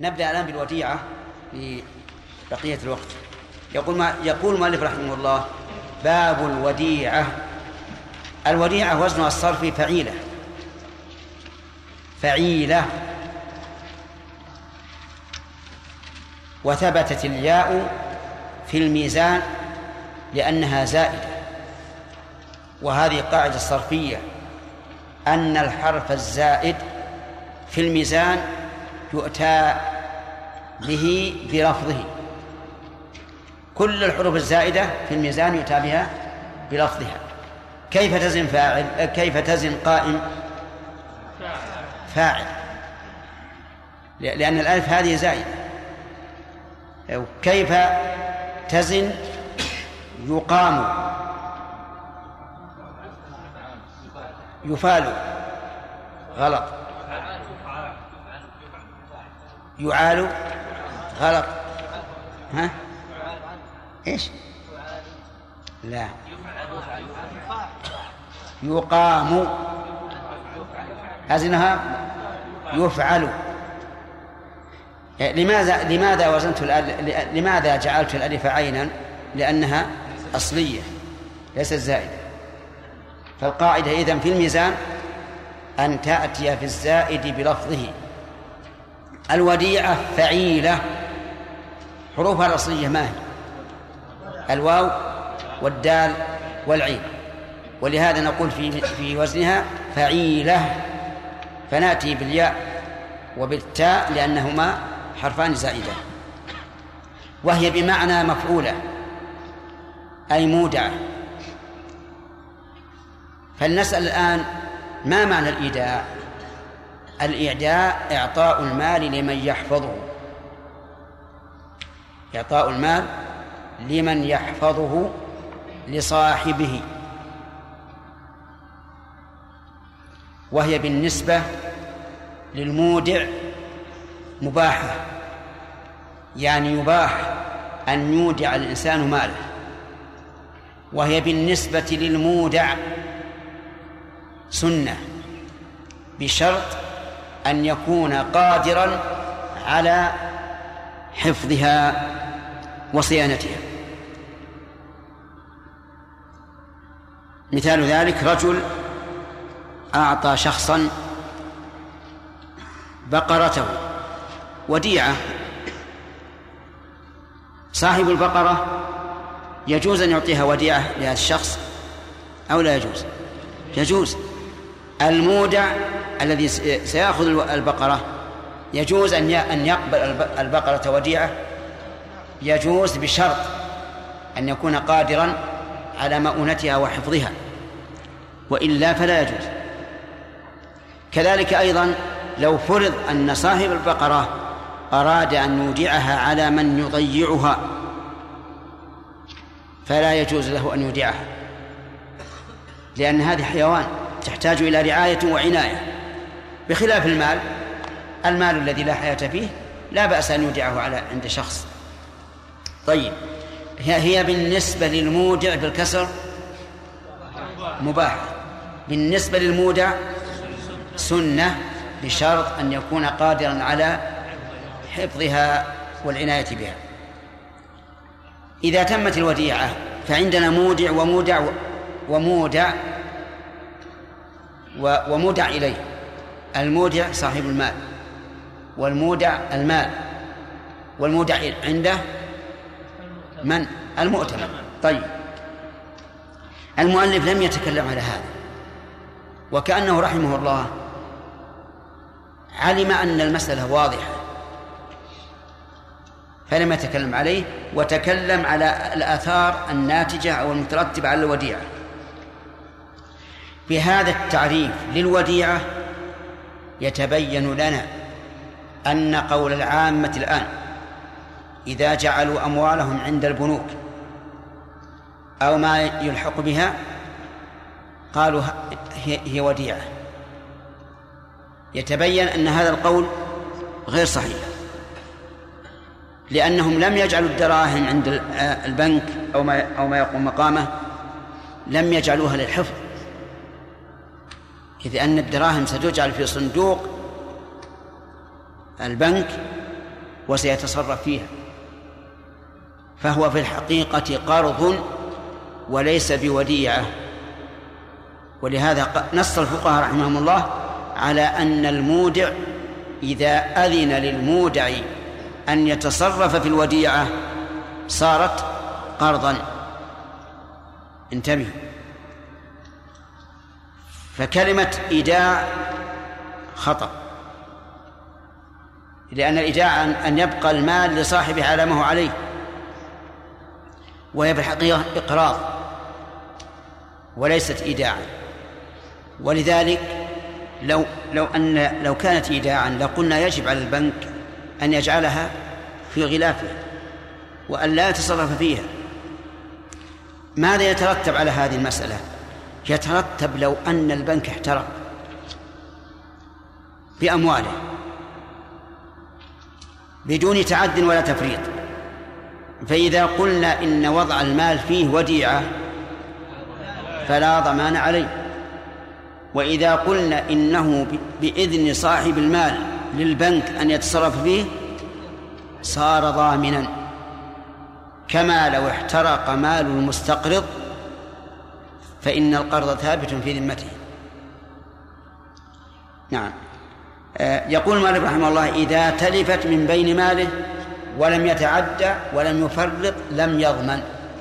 نبدأ الآن بالوديعة في بقية الوقت. يقول المؤلف رحمه الله: باب الوديعة. الوديعة وزنها الصرفي فعيلة، فعيلة، وثبتت الياء في الميزان لأنها زائدة، وهذه قاعدة صرفية، أن الحرف الزائد في الميزان يؤتى به بلفظه. كل الحروف الزائدة في الميزان يؤتى بها بلفظها. كيف تزن فاعل؟ كيف تزن قائم؟ فاعل، لأن الألف هذه زائدة. كيف تزن يقام؟ يفال، غلط. يعال، غلط. ها؟ إيش؟ لا، يقام، أزنها يفعل. لماذا وزنت لماذا جعلت الألف عينا؟ لأنها أصلية ليست زائدة. فالقاعدة إذن في الميزان أن تأتي في الزائد بلفظه. الوديعة فعيلة، حروفها الأصلية ما هي؟ الواو والدال والعين، ولهذا نقول في وزنها فعيلة، فنأتي بالياء وبالتاء لأنهما حرفان زائدان، وهي بمعنى مفعولة أي مودعة. فلنسأل الآن: ما معنى الإيداع؟ الإيداع إعطاء المال لمن يحفظه، إعطاء المال لمن يحفظه لصاحبه، وهي بالنسبة للمودع مباحة، يعني يباح أن يودع الإنسان ماله. وهي بالنسبة للمودع سنة، بشرط أن يكون قادرا على حفظها وصيانتها. مثال ذلك: رجل أعطى شخصا بقرته وديعة. صاحب البقرة يجوز أن يعطيها وديعة لهذا الشخص أو لا يجوز؟ يجوز. المودع الذي سيأخذ البقرة يجوز أن يقبل البقرة وديعة، يجوز بشرط أن يكون قادرا على مؤونتها وحفظها، وإلا فلا يجوز. كذلك أيضا لو فرض أن صاحب البقرة أراد أن يودعها على من يضيعها، فلا يجوز له أن يودعها، لأن هذه حيوان تحتاج إلى رعاية وعناية، بخلاف المال الذي لا حياة فيه لا بأس أن يودعه عند شخص. طيب، هي بالنسبة للمودع بالكسر مباح، بالنسبة للمودع سنة، بشرط أن يكون قادرا على حفظها والعناية بها. إذا تمت الوديعة فعندنا مودع ومودع إليه. المودع صاحب المال، والمودع المال، والمودع عنده من؟ المؤتمن. طيب، المؤلف لم يتكلم على هذا، وكأنه رحمه الله علم أن المسألة واضحة فلم يتكلم عليه، وتكلم على الآثار الناتجة أو المترتبة على الوديعة. بهذا التعريف للوديعة يتبين لنا أن قول العامة الآن إذا جعلوا أموالهم عند البنوك أو ما يلحق بها قالوا هي وديعة، يتبين أن هذا القول غير صحيح، لأنهم لم يجعلوا الدراهم عند البنك أو ما يقوم مقامه، لم يجعلوها للحفظ، إذ أن الدراهم ستجعل في صندوق البنك وسيتصرف فيها، فهو في الحقيقة قرض وليس بوديعة. ولهذا نص الفقهاء رحمهم الله على أن المودع إذا أذن للمودع أن يتصرف في الوديعة صارت قرضا. انتبه، فكلمة إيداع خطأ، لأن الإيداع أن يبقى المال لصاحبه على ما هو عليه، وهي في الحقيقة إقراض وليست إيداعا. ولذلك لو كانت إيداعا لقلنا يجب على البنك أن يجعلها في غلافه وأن لا يتصرف فيها. ماذا يترتب على هذه المسألة؟ يترتب لو أن البنك احترق بأمواله بدون تعد ولا تفريط، فإذا قلنا إن وضع المال فيه وديعة فلا ضمان عليه، وإذا قلنا إنه بإذن صاحب المال للبنك أن يتصرف فيه صار ضامنا، كما لو احترق مال المستقرض فإن القرض ثابت في ذمته. نعم. يقول مالك رحمه الله: إذا تلفت من بين ماله ولم يتعدى ولم يفرط لم يضمن.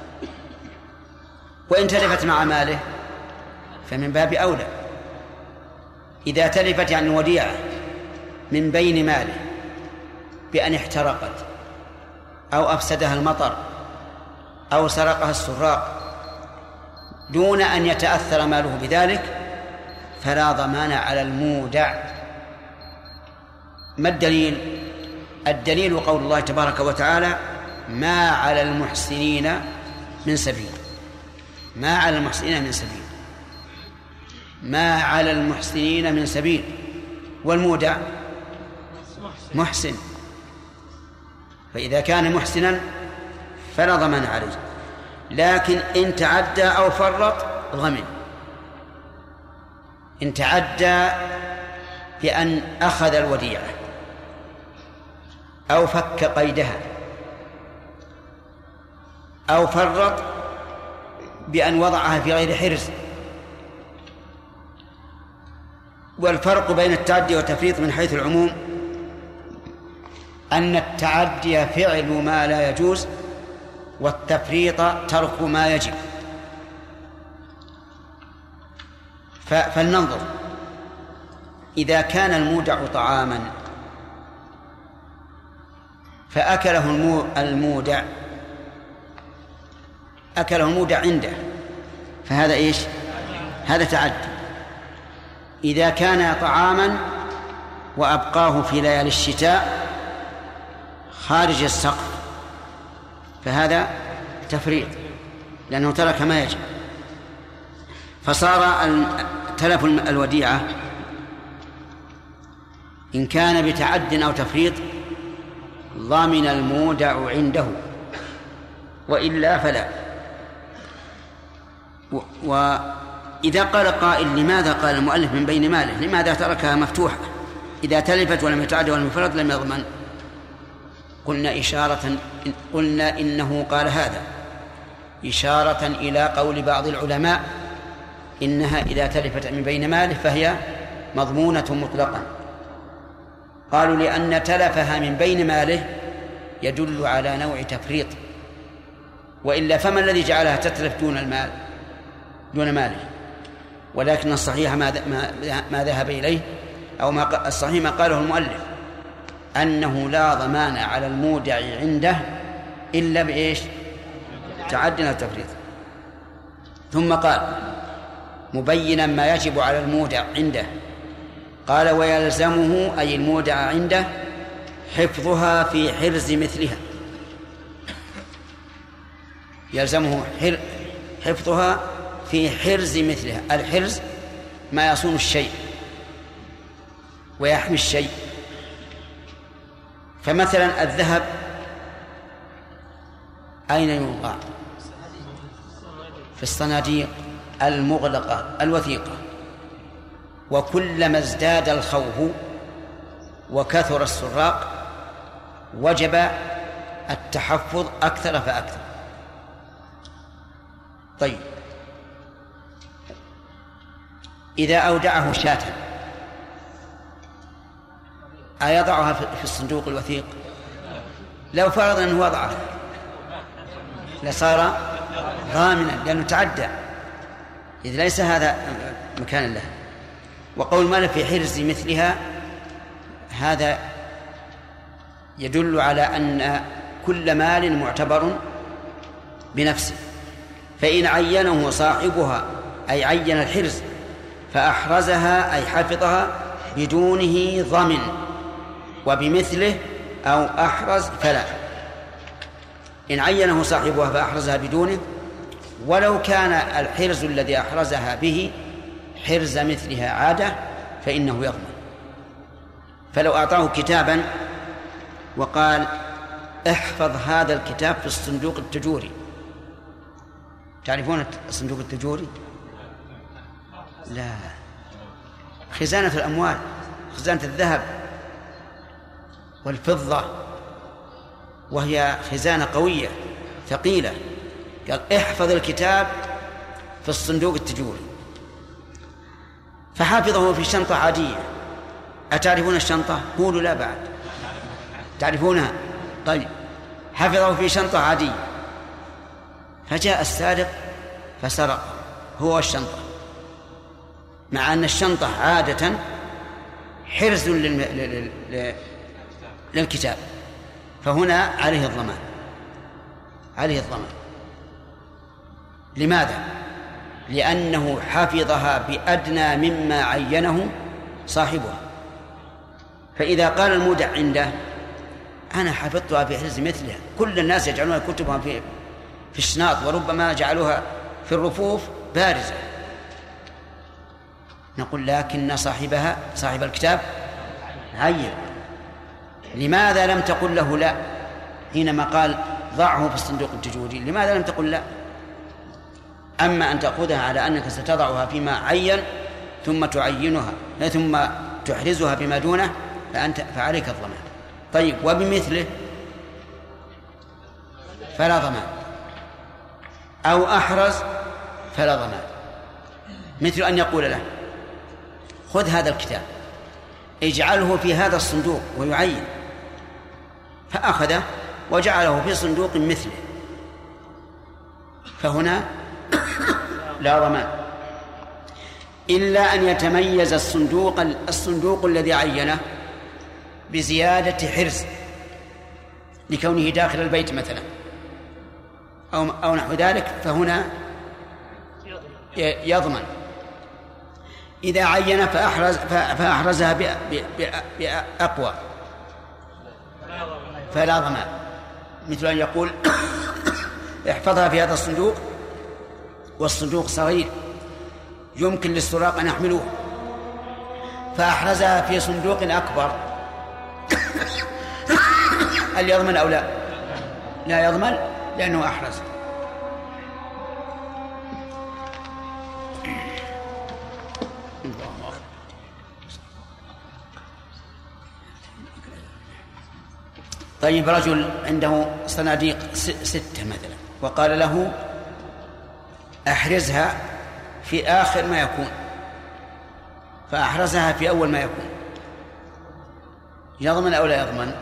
وإن تلفت مع ماله فمن باب أولى. إذا تلفت يعني وديعة من بين ماله بأن احترقت أو أفسدها المطر أو سرقها السراق دون أن يتأثر ماله بذلك فلا ضمان على المودع. ما الدليل؟ الدليل قول الله تبارك وتعالى: ما على المحسنين من سبيل. ما على المحسنين من سبيل، ما على المحسنين من سبيل. والمودع محسن، فإذا كان محسنا فلا ضمان عليه، لكن إن تعدى أو فرط ضمن. إن تعدى بأن أخذ الوديعة أو فك قيدها أو فرط بأن وضعها في غير حرز. والفرق بين التعدي والتفريط من حيث العموم أن التعدي فعل ما لا يجوز والتفريط ترك ما يجب. فلننظر: إذا كان المودع طعاما فأكله المودع عنده فهذا إيش؟ هذا تعدي. إذا كان طعاما وأبقاه في ليالي الشتاء خارج السقف فهذا تفريط لأنه ترك ما يجب. فصار تلف الوديعة إن كان بتعد أو تفريط ضامن المودع عنده، وإلا فلا. وإذا قال قائل: لماذا قال المؤلف من بين ماله؟ لماذا تركها مفتوحة؟ إذا تلفت ولم يتعد ولم يفرط لم يضمن. قلنا إنه قال هذا إشارة إلى قول بعض العلماء إنها إذا تلفت من بين ماله فهي مضمونة مطلقا. قالوا لأن تلفها من بين ماله يدل على نوع تفريط، وإلا فما الذي جعلها تتلف دون ماله؟ ولكن الصحيح ما ذهب إليه أو الصحيح ما قاله المؤلف أنه لا ضمان على المودع عنده إلا بإيش؟ تعدنا التفريط. ثم قال مبينا ما يجب على المودع عنده، قال: ويلزمه أي المودع عنده حفظها في حرز مثلها. يلزمه حفظها في حرز مثلها. الحرز ما يصون الشيء ويحمي الشيء. فمثلا الذهب أين يوضع؟ في الصناديق المغلقة الوثيقة. وكلما ازداد الخوف وكثر السراق وجب التحفظ أكثر فأكثر. طيب، إذا أودعه شاة أيضعها في الصندوق الوثيق؟ لو فرض أنه وضعه لصار ضامنا لأنه تعدى، إذ ليس هذا مكان له. وقول مال في حرز مثلها هذا يدل على أن كل مال معتبر بنفسه، فإن عينه صاحبها أي عين الحرز فأحرزها أي حفظها بدونه ضمن، وبمثله أو أحرز فلا. إن عينه صاحبها فأحرزها بدونه، ولو كان الحرز الذي أحرزها به حرز مثلها عادة فإنه يضمن. فلو أعطاه كتابا وقال احفظ هذا الكتاب في الصندوق التجوري، تعرفون الصندوق التجوري؟ لا، خزانة الأموال، خزانة الذهب والفضة، وهي خزانة قوية ثقيلة. قال احفظ الكتاب في الصندوق التجوري، فحافظه في شنطة عادية. أتعرفون الشنطة؟ قولوا لا بعد تعرفونها. طيب، حفظه في شنطة عادية، فجاء السارق فسرق هو الشنطة، مع أن الشنطة عادة حرز للكتاب، فهنا عليه الضمان، عليه الضمان. لماذا؟ لأنه حفظها بأدنى مما عينه صاحبها. فإذا قال المودع عنده أنا حفظتها في حرز مثلها، كل الناس يجعلون كتبهم في الشناط، وربما جعلوها في الرفوف بارزة، نقول لكن صاحبها صاحب الكتاب عين. لماذا لم تقل له لا حينما قال ضعه في الصندوق التجوري؟ لماذا لم تقل لا؟ أما أن تأخذها على أنك ستضعها فيما عين ثم تعينها ثم تحرزها بما دونه فعليك الضمان. طيب، وبمثله فلا ضمان، أو أحرز فلا ضمان. مثل أن يقول له خذ هذا الكتاب اجعله في هذا الصندوق ويعين، فأخذه وجعله في صندوق مثله، فهنا لا ضمان، إلا أن يتميز الصندوق الذي عينه بزيادة حرز لكونه داخل البيت مثلا أو نحو ذلك، فهنا يضمن. إذا عين فأحرزها بأقوى فلا ضمان، مثل أن يقول احفظها في هذا الصندوق والصندوق صغير يمكن للسراق أن يحملوه، فأحرزها في صندوق أكبر، هل يضمن أو لا؟ لا يضمن لأنه أحرز. طيب، رجل عنده صناديق 6 مثلا وقال له أحرزها في آخر ما يكون، فأحرزها في أول ما يكون، يضمن أو لا يضمن؟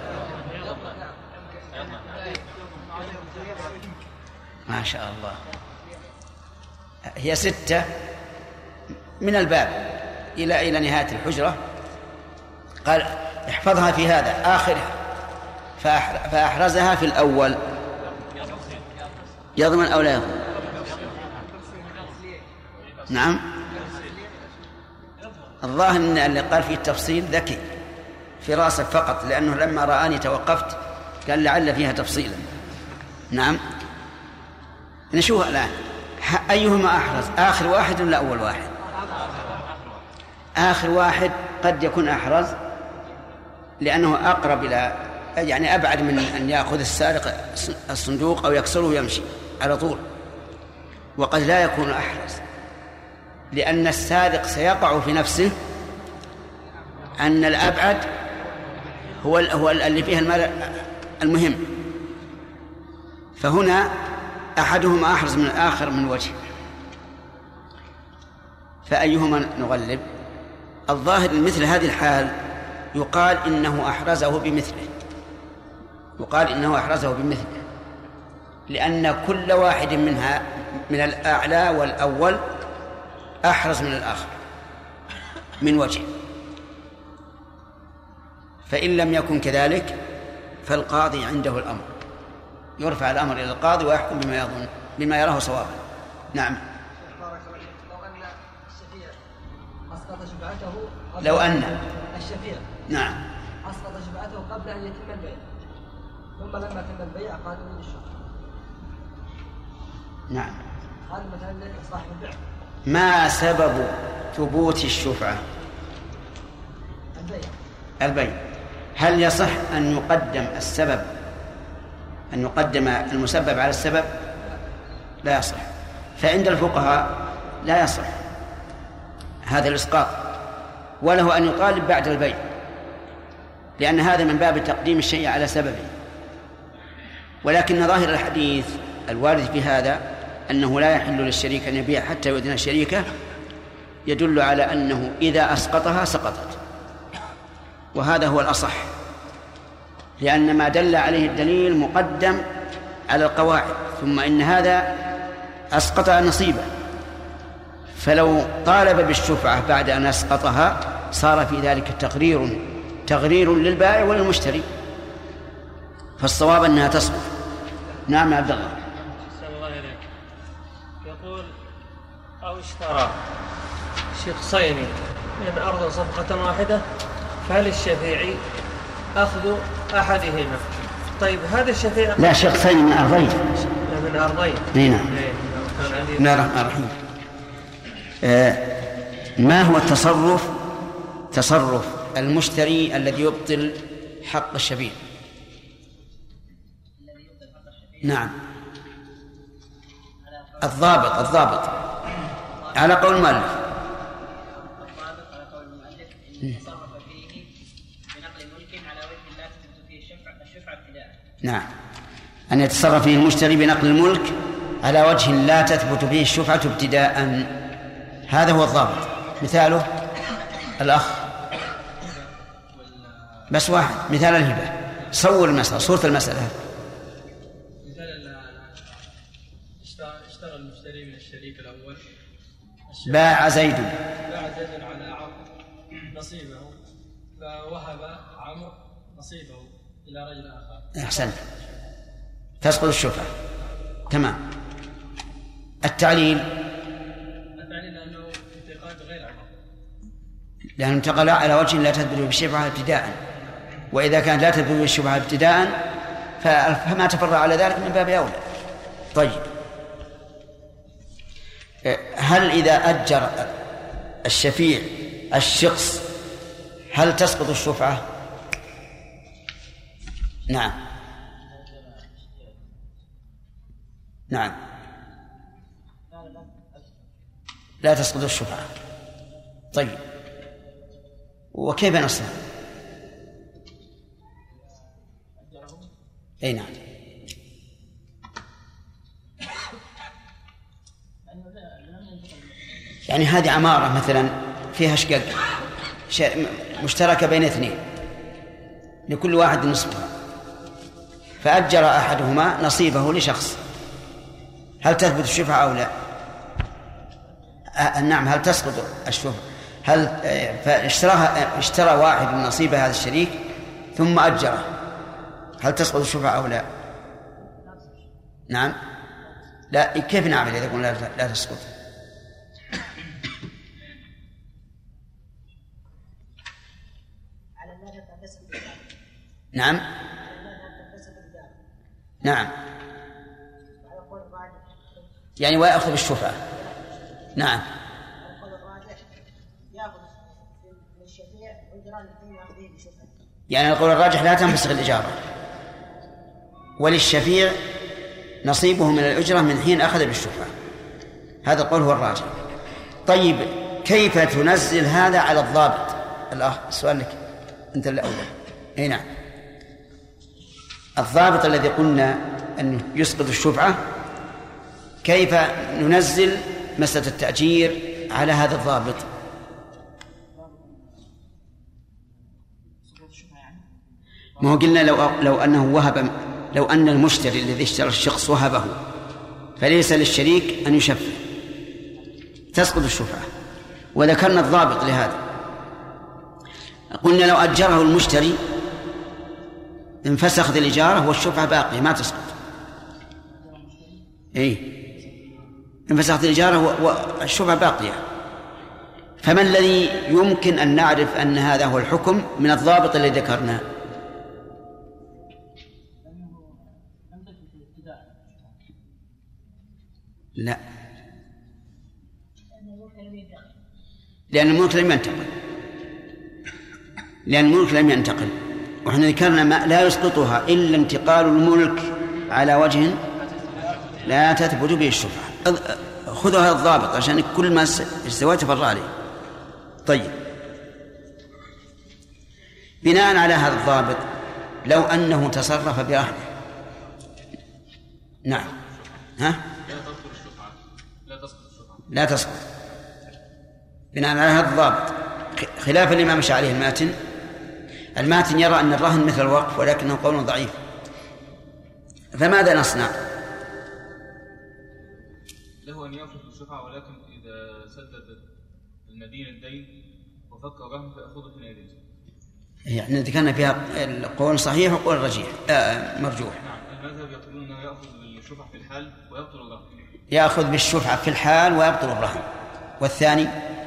ما شاء الله، هي 6 من الباب إلى نهاية الحجرة، قال احفظها في هذا آخرها فأحرزها في الأول، يضمن أو لا يضمن؟ نعم، الظاهر أن اللي قال فيه التفصيل ذكي في راسه فقط، لأنه لما رآني توقفت قال لعل فيها تفصيلا. نعم، نشوف الآن أيهما أحرز، آخر واحد ولا أول واحد؟ آخر واحد قد يكون أحرز لأنه أقرب إلى، يعني أبعد من أن يأخذ السارق الصندوق أو يكسره ويمشي على طول، وقد لا يكون أحرز لأن السارق سيقع في نفسه أن الأبعد هو اللي فيه المال المهم، فهنا أحدهما أحرز من الآخر من وجه، فأيهما نغلب؟ الظاهر مثل هذه الحال يقال إنه أحرزه بمثله، لأن كل واحد منها من الأعلى والأول أحرز من الآخر من وجه. فإن لم يكن كذلك فالقاضي عنده الأمر، يرفع الأمر إلى القاضي ويحكم بما يراه صوابا. نعم. لو أن الشفيع نعم أسقط شفعته قبل أن يتم البيع، ثم لما تم البيع قال أريد الشفعة. نعم. قال مثلا صاحب البيع ما سبب ثبوت الشفعة؟ البيع. هل يصح أن يقدم المسبب على السبب؟ لا يصح. فعند الفقهاء لا يصح هذا الإسقاط، وله أن يطالب بعد البيع، لأن هذا من باب تقديم الشيء على سببه. ولكن ظاهر الحديث الوارد في هذا أنه لا يحل للشريك أن يبيع حتى يؤذن الشريكة، يدل على أنه إذا أسقطها سقطت، وهذا هو الأصح، لأن ما دل عليه الدليل مقدم على القواعد، ثم إن هذا أسقط نصيبه، فلو طالب بالشفعة بعد أن أسقطها صار في ذلك تغرير للبائع وللمشتري، فالصواب أنها تسقط. نعم عبد الله. يقول أو اشترى شخصين من أرض صفقة واحدة، فهل الشفيعي أخذ أحدهما؟ طيب هذا الشفيع لا، شخصين من أرضين. من أرضين. نعم. نعم. ما هو تصرف المشتري الذي يبطل حق الشفيع؟ نعم. الضابط على قول المؤلف تصرف فيه بنقل ملك على وجه لا تثبت فيه الشفعة ابتداء. نعم، أن يتصرف فيه المشتري بنقل الملك على وجه لا تثبت فيه الشفعة ابتداء، هذا هو الضابط. مثاله الأخ، بس واحد، مثال الهبة. صور المسألة، صورة المسألة. اشترى المشتري من الشريك الأول، باع زيد على عمرو نصيبه، فوهب عمرو نصيبه إلى رجل آخر. أحسنت، تسقط الشفعة. تمام. التعليل لأنه انتقال غير عمرو، لأنه انتقل على وجه لا تثبت بالشفعة ابتداء، وإذا كانت لا تثبت بالشفعة ابتداء فما تفرع على ذلك من باب أولى. طيب، هل إذا أجر الشفيع الشخص هل تسقط الشفعة؟ نعم. لا تسقط الشفعة. طيب، وكيف نصنع؟ أي نعم. يعني هذه عمارة مثلا فيها شقق مشتركة بين اثنين، لكل واحد نصفها، فأجر أحدهما نصيبه لشخص، هل تثبت الشفعة أو لا؟ نعم. هل تسقط الشفعة؟ هل اشترى واحد من نصيب هذا الشريك ثم أجره، هل تسقط الشفعة أو لا؟ نعم. لا، كيف نعمل إذا قلنا لا تسقط؟ نعم. يعني ويأخذ الشفعة. نعم. يعني القول الراجح لا تنفسخ الإجارة، وللشفيع نصيبه من الأجرة من حين أخذ بالشفعة، هذا القول هو الراجح. طيب، كيف تنزل هذا على الضابط؟ السؤال لك أنت الأول. أي نعم. الضابط الذي قلنا أنه يسقط الشفعة كيف ننزل مسألة التأجير على هذا الضابط؟ ما هو قلنا لو أن المشتري الذي اشترى الشخص وهبه فليس للشريك أن يشفع تسقط الشفعة، وذكرنا الضابط لهذا. قلنا لو أجره المشتري انفسخت الإجارة والشفعة باقية ما تسقط. انفسخت الإجارة والشفعة باقية. فما الذي يمكن أن نعرف أن هذا هو الحكم من الضابط الذي ذكرناه؟ لا، لأن الملك لم ينتقل، وإحنا ذكرنا ما لا يسقطها إلا انتقال الملك على وجه لا تثبت به الشفعة. خذوا هذا الضابط عشان كل ما استوى تفر عليه. طيب، بناء على هذا الضابط لو أنه تصرف برهنه، نعم، لا تسقط بناء على هذا الضابط، خلافا لما مشى عليه الماتن يرى أن الرهن مثل الوقف ولكنه قول ضعيف. فماذا نصنع؟ له أن يأخذ الشفعة، ولكن إذا سدد المدين الدين وفك الرهن فيأخذه من يديه. يعني ذكرنا فيها القول صحيح وقول رجيح مرجوح. نعم، المذهب يقولون أنه يأخذ بالشفعة في الحال ويبطل الرهن. يأخذ بالشفعة في الحال ويبطل الرهن. والثاني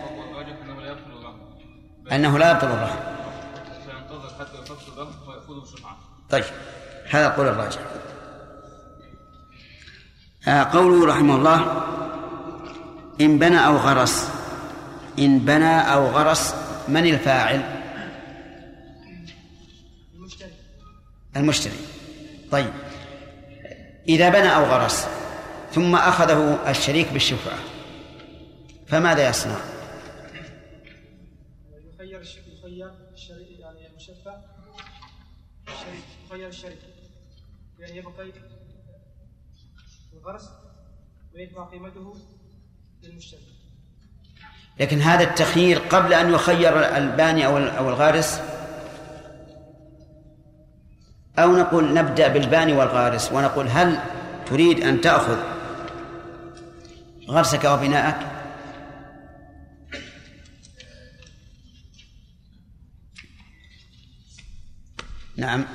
أنه لا يبطل الرهن، فينتظر حتى يفك الرهن ويأخذه بالشفعة. طيب، هذا القول الراجح. قوله رحمه الله إن بنى أو غرس، من الفاعل؟ المشتري. طيب، إذا بنى أو غرس ثم أخذه الشريك بالشفعة فماذا يصنع؟ يخير الشريك يعني المشفع يخير الشريك يعني يبقى الغرس ويدفع قيمته للمشتري. لكن هذا التخيير قبل أن يخير الباني أو الغارس، أو نقول نبدأ بالباني والغارس ونقول هل تريد أن تأخذ غرسك وبناءك؟ نعم،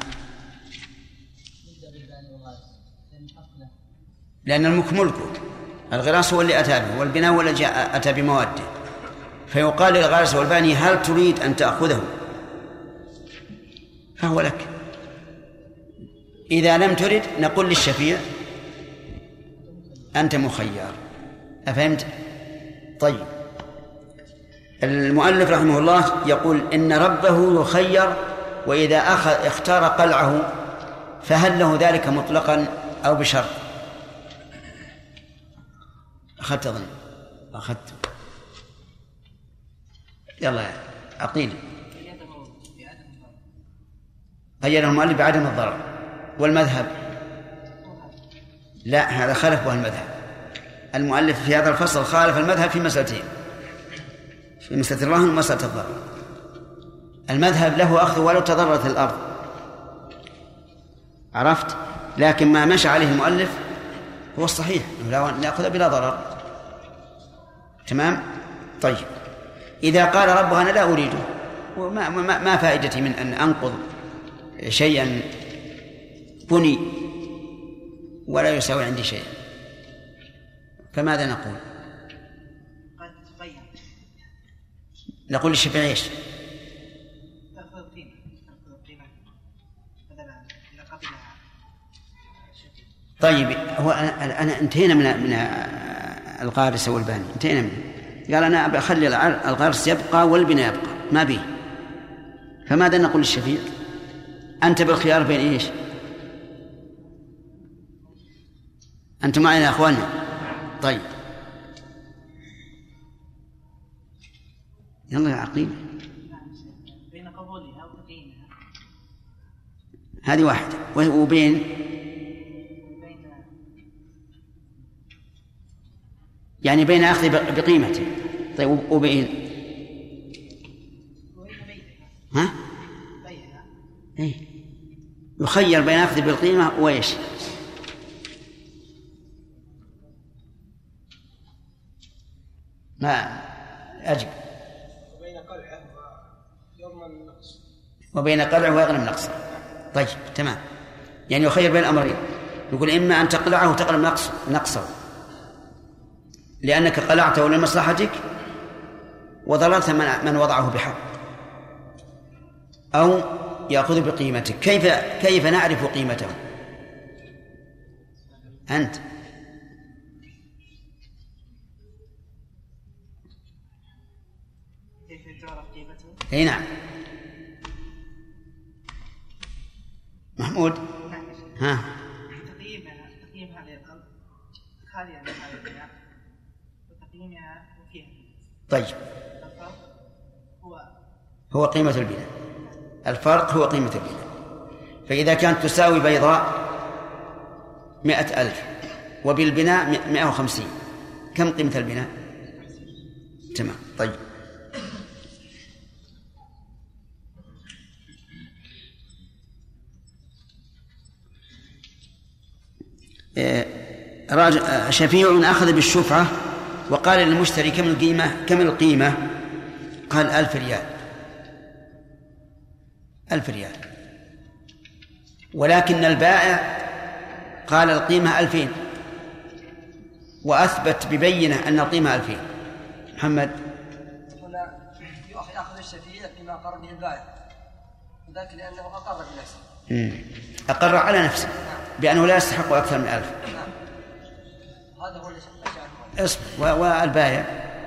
لأن الملك ملكه، الغراس هو اللي أتى به والبناء هو الذي أتى بمواده، فيقال للغارس والباني هل تريد أن تأخذه؟ فهو لك. إذا لم ترد نقول للشفيع أنت مخير. أفهمت؟ طيب، المؤلف رحمه الله يقول إن ربه يخير، وإذا اختار قلعه فهل له ذلك مطلقا أو بشرط؟ أخذت يلا يا عقيل. قيده المؤلف بعدم الضرر. والمذهب لا، هذا خالفه المذهب. المؤلف في هذا الفصل خالف المذهب في مسألتين، في مسألة الرهن ومسألة الضرر. المذهب له أخذ ولو تضررت الأرض، عرفت؟ لكن ما مشى عليه المؤلف هو الصحيح، نأخذ بلا ضرر. تمام؟ طيب، إذا قال ربها أنا لا أريده، ما فائدتي من أن أنقض شيئا بني ولا يساوي عندي شيء، فماذا نقول؟ نقول للشفيع ايش؟ طيب، هو أنا انتهينا من الغارس والباني، انتهينا منه. قال أنا بخلي الغارس يبقى والبناء يبقى، ما به. فماذا نقول للشفيع؟ أنت بالخيار بين إيش؟ أنتم معنا يا أخواننا؟ طيب، يلا يا عقيل. بين قبولها وتقييمها. هذه واحدة. وبين يعني بين أخذ بقيمته. طيب وبين ها؟ إيه؟ يخير بين أخذ بالقيمة وإيش؟ ما أجب. وبين قلعه ويضمن النقص. وبين قلعه ويغنم نقصه. طيب تمام. يعني يخير بين الأمرين. يقول إما أن تقلعه وتغنم نقصه لأنك قلعته لمصلحتك وضررت من وضعه بحق، أو يأخذ بقيمتك. كيف نعرف قيمته؟ أنت كيف تعرف قيمته؟ أي نعم. محمود ها. تقييم هذه الأرض خالية من هذه البناء وتقييمها وفيها. طيب هو قيمة البناء. الفرق هو قيمة البناء. فإذا كانت تساوي بيضاء 100,000 وبالبناء 150، كم قيمة البناء؟ تمام. طيب شفيع أخذ بالشفعة وقال للمشتري كم القيمة؟ قال 1000 ريال. 1000 ريال. ولكن البائع قال القيمة 2000 وأثبت ببينة أن القيمة 2000. محمد هنا يأخذ الشفيع بما أقر به البائع، وذلك لأنه أقر بنفسه. أقر على نفسه بأنه لا يستحق أكثر من 1000. هذا هو اللي اصبر. والبائع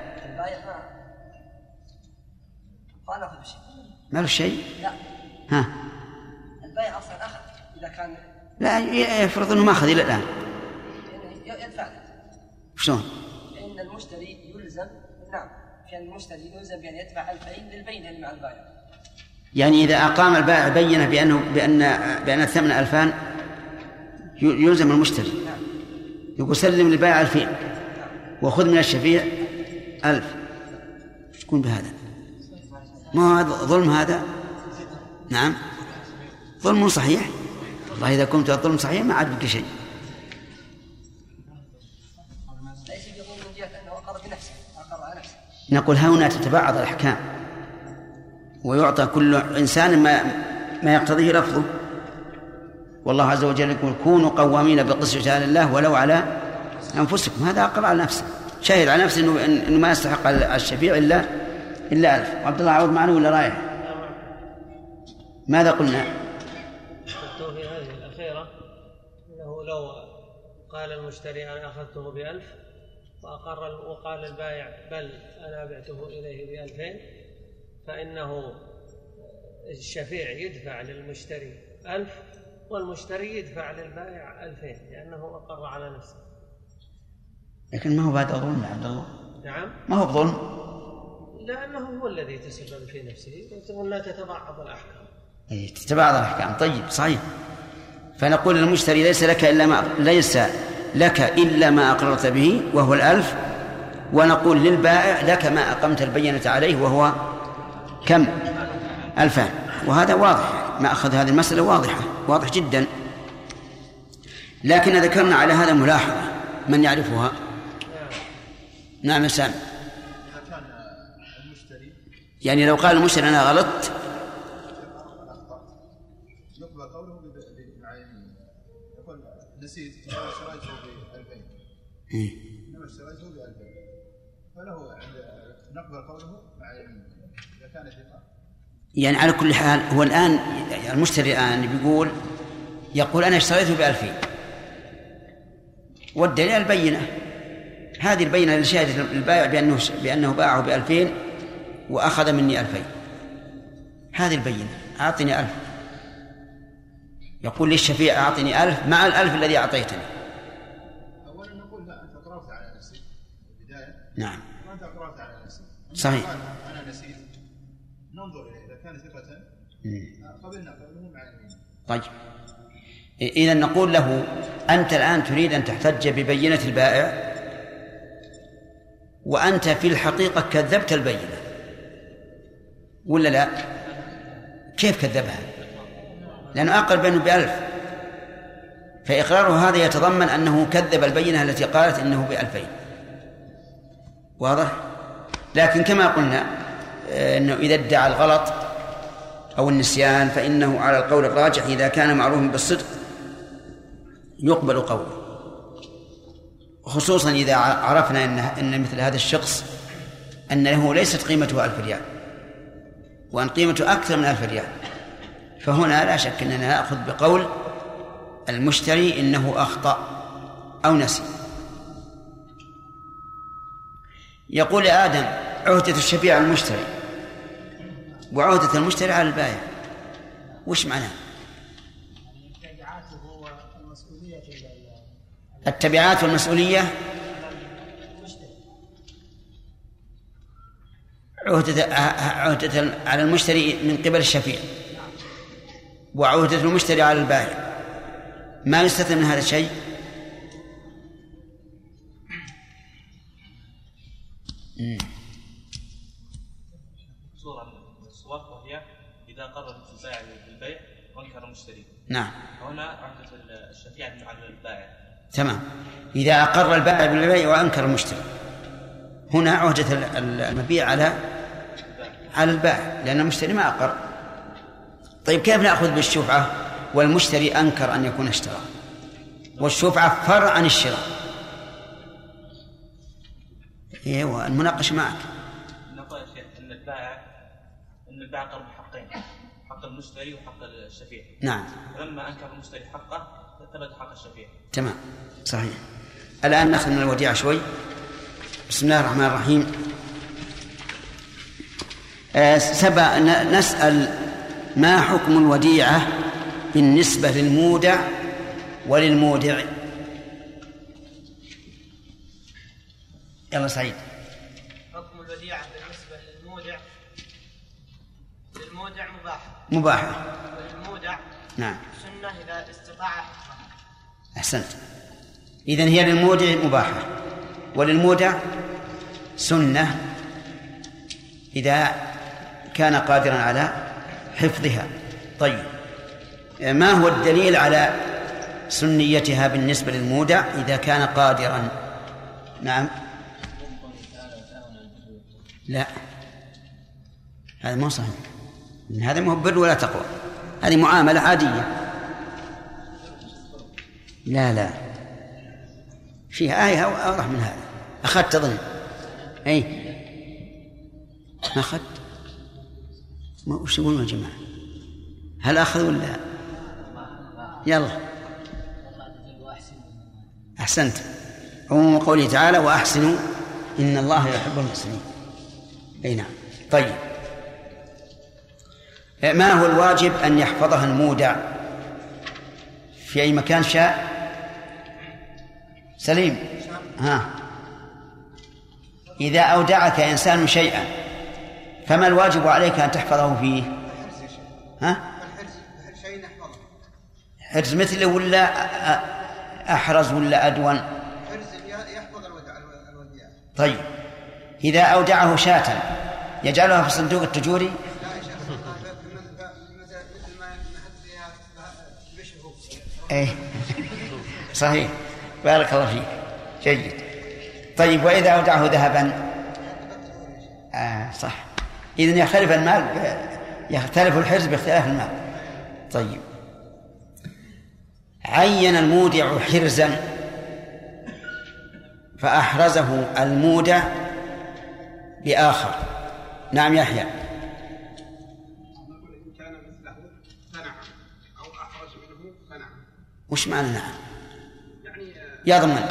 ما نأخذ شيء. ما له شيء؟ لا. ها. البائع أصلا أخذ إذا كان. لا يفرض أنه ما أخذ إلى الآن. يدفع. شلون؟ لأن المشتري يلزم. نعم. كان المشتري يلزم بأن يدفع 2000 للبينة اللي مع البائع. يعني إذا أقام البائع بينة بأن الثمن 2000 يلزم المشتري. نعم. يقول سلم للبائع 2000 وخذ من الشفيع 1000. ايش تكون بهذا؟ ما هذا ظلم هذا؟ نعم ظلم صحيح. والله إذا كنت الظلم صحيح ما عاد بك شيء. ليس يظلم من جهة أنه أقر بنفسه، أقر على نفسه. نقول هنا تتباعد الأحكام ويعطى كل إنسان ما يقتضيه لفظه. والله عز وجل يقول كونوا قوامين بالقسط شهادة الله ولو على أنفسكم. هذا أقر على نفسه، شاهد على نفسه إنه ما يستحق الشفيع إلا 1000. عبد الله عوض معنا ولا رايح؟ ماذا قلنا؟ قلت في هذه الأخيرة أنه لو قال المشتري أنا أخذته ب1000 وقال البائع بل أنا بعته إليه ب2000 فإنه الشفيع يدفع للمشتري 1000 والمشتري يدفع للبائع 2000 لأنه أقر على نفسه. لكن ما هو بعد ظلم يا عبد الله. نعم ما هو بظلم لأنه هو الذي تسبب في نفسه. قلنا تتبعض الأحكام. تتبعض الأحكام. طيب صحيح. فنقول للمشتري ليس لك إلا ما أقررت به وهو 1000، ونقول للبائع لك ما أقمت البينة عليه وهو كم؟ 2000. وهذا واضح، ما أخذ هذه المسألة واضح جدا. لكن ذكرنا على هذا ملاحظة من يعرفها؟ نعم سامي. يعني لو قال المشتري أنا غلطت يقبل قوله بالمعينين. يقول نسيت اشتريته ب2000 إنما اشتريته ب2000 فله نقبل قوله معينين إذا كان ثقة. يعني على كل حال هو الآن المشتري الآن يقول أنا اشتريته ب2000 والدليل البينة. هذه البينة اللي شهدت البائع بأنه باعه ب2000 وأخذ مني 2000. هذه البينة أعطني 1000. يقول للشفيع أعطني 1000 مع 1000 الذي أعطيتني. أولا نقول لا أنت أقررت على نفسك البداية. نعم وأنت أقررت على نفسك. صحيح. أنا نسيت. ننظر إليه إذا كان ثقة قبلنا قوله مع اليمين. طيب إذا نقول له أنت الآن تريد أن تحتج ببينة البائع وأنت في الحقيقة كذبت البينة ولا لا؟ كيف كذبها؟ لأنه أقر بينه ب1000، فإقراره هذا يتضمن أنه كذب البينة التي قالت إنه ب2000. واضح؟ لكن كما قلنا أنه إذا ادعى الغلط أو النسيان فإنه على القول الراجح إذا كان معروفا بالصدق يقبل قوله، خصوصا إذا عرفنا أن مثل هذا الشخص أن له ليست قيمته 1000 ريال وأن قيمته أكثر من 1000 ريال، فهنا لا شك أننا نأخذ بقول المشتري إنه أخطأ أو نسي. يقول آدم عهدة الشفيع على المشتري وعهدة المشتري على البائع، وش معناه؟ التبعات والمسؤولية عهدة على المشتري من قبل الشفيع وعهدة المشتري على البائع، ما يستثنى من هذا الشيء؟ صورة من الصور وهي إذا قرر البائع بالبيع وانكر المشتري. نعم. هنا عهدة الشفيع على البائع. تمام. إذا أقر البائع بالبيع وأنكر المشتري، هنا عهدة المبيع على البائع لأن المشتري ما أقر. طيب كيف نأخذ بالشفعة والمشتري أنكر أن يكون اشترى، والشفعة فرع عن الشراء؟ ايوه المناقشه معك. نقول يا شيخ ان البائع قرب حقين، حق المشتري وحق الشفيع. نعم. لما انكر المشتري حقه ثبت حق الشفيع. تمام صحيح. الان ناخذ من الوديعه شوي. بسم الله الرحمن الرحيم. نسأل ما حكم الوديعة بالنسبة للمودع وللمودع؟ يلا سعيد. حكم الوديعة بالنسبة للمودع مباحة. وللمودع نعم سنة إذا استطاع حفظها. أحسنت. إذن هي للمودع مباحة وللمودع سنة إذا كان قادرا على حفظها. طيب ما هو الدليل على سنيتها بالنسبة للمودع إذا كان قادرا؟ نعم. لا هذا ما صحيح، هذا ما هو بر ولا تقوى، هذه معاملة عادية. لا فيها آية أوضح من هذا. أخذت تظن؟ أي ما أخذت؟ ما وش يقولون يا جماعة؟ هل أخذ ولا؟ يلا أحسنت. عموم قوله تعالى وأحسنوا إن الله يحب المحسنين. أي نعم. طيب ما هو الواجب أن يحفظها المودع في أي مكان شاء؟ سليم إذا أودعك إنسان شيئا فما الواجب عليك أن تحفظه فيه؟ حرز مثله ولا أحرز ولا أدون؟ يحفظ الوديعة. طيب إذا أودعه شاة يجعلها في صندوق التجوري؟ لا يا شيخ مثل ما نحط فيها بشره. ايه صحيح بارك الله فيك جيد. طيب وإذا أودعه ذهبا؟ صح. إذن يختلف المال، يختلف الحرز باختلاف المال. طيب عين المودع حرزا فأحرزه المودع بآخر. نعم يحيى. إن كان مثله فنعم أو أحرز منه فنعم. وش معنى نعم؟ يعني يضمن.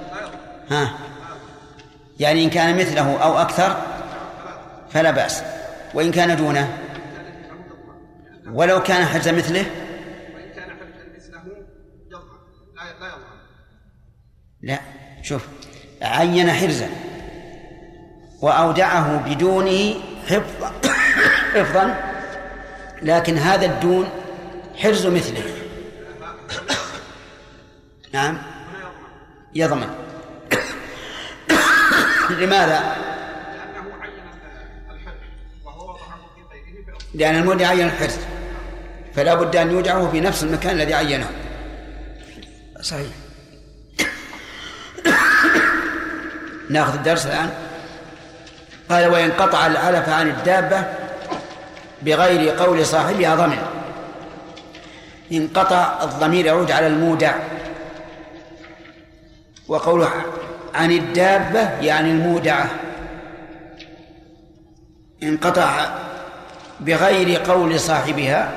يعني إن كان مثله أو أكثر فلا بأس، وإن كان دونه ولو كان حرز مثله وإن كان حرز مثله يضمن لا يضمن. لا شوف عين حرزا وأودعه بدونه حفظا لكن هذا الدون حرز مثله. نعم يضمن. لماذا؟ لأن المودع عين الحرز، فلا بد أن يودعه في نفس المكان الذي عينه. صحيح. نأخذ الدرس الآن. قال: وإن قطع العلف عن الدابة بغير قول صاحبها ضمن. انقطع الضمير يعود على المودع، وقوله عن الدابة يعني المودعة. انقطع بغير قول صاحبها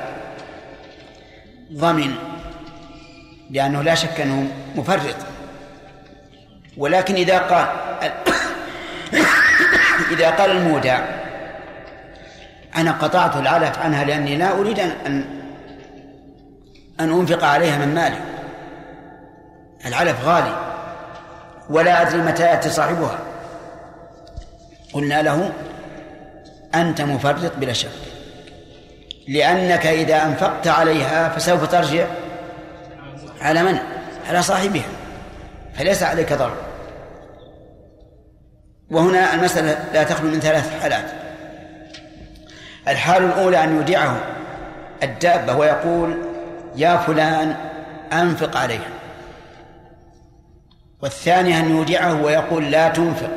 ضمن، لأنه لا شك أنه مفرط. ولكن إذا قال المودع: أنا قطعت العلف عنها لأني لا أريد أن أنفق عليها من مالي، العلف غالي ولا أدري متى يأتي صاحبها، قلنا له: أنت مفرط بلا شك، لأنك إذا أنفقت عليها فسوف ترجع على من؟ على صاحبها، فليس عليك ضرر. وهنا المسألة لا تخلو من 3 حالات. الحال الأولى أن يودعه الدابة ويقول: يا فلان أنفق عليها. والثانية أن يودعه ويقول: لا تنفق.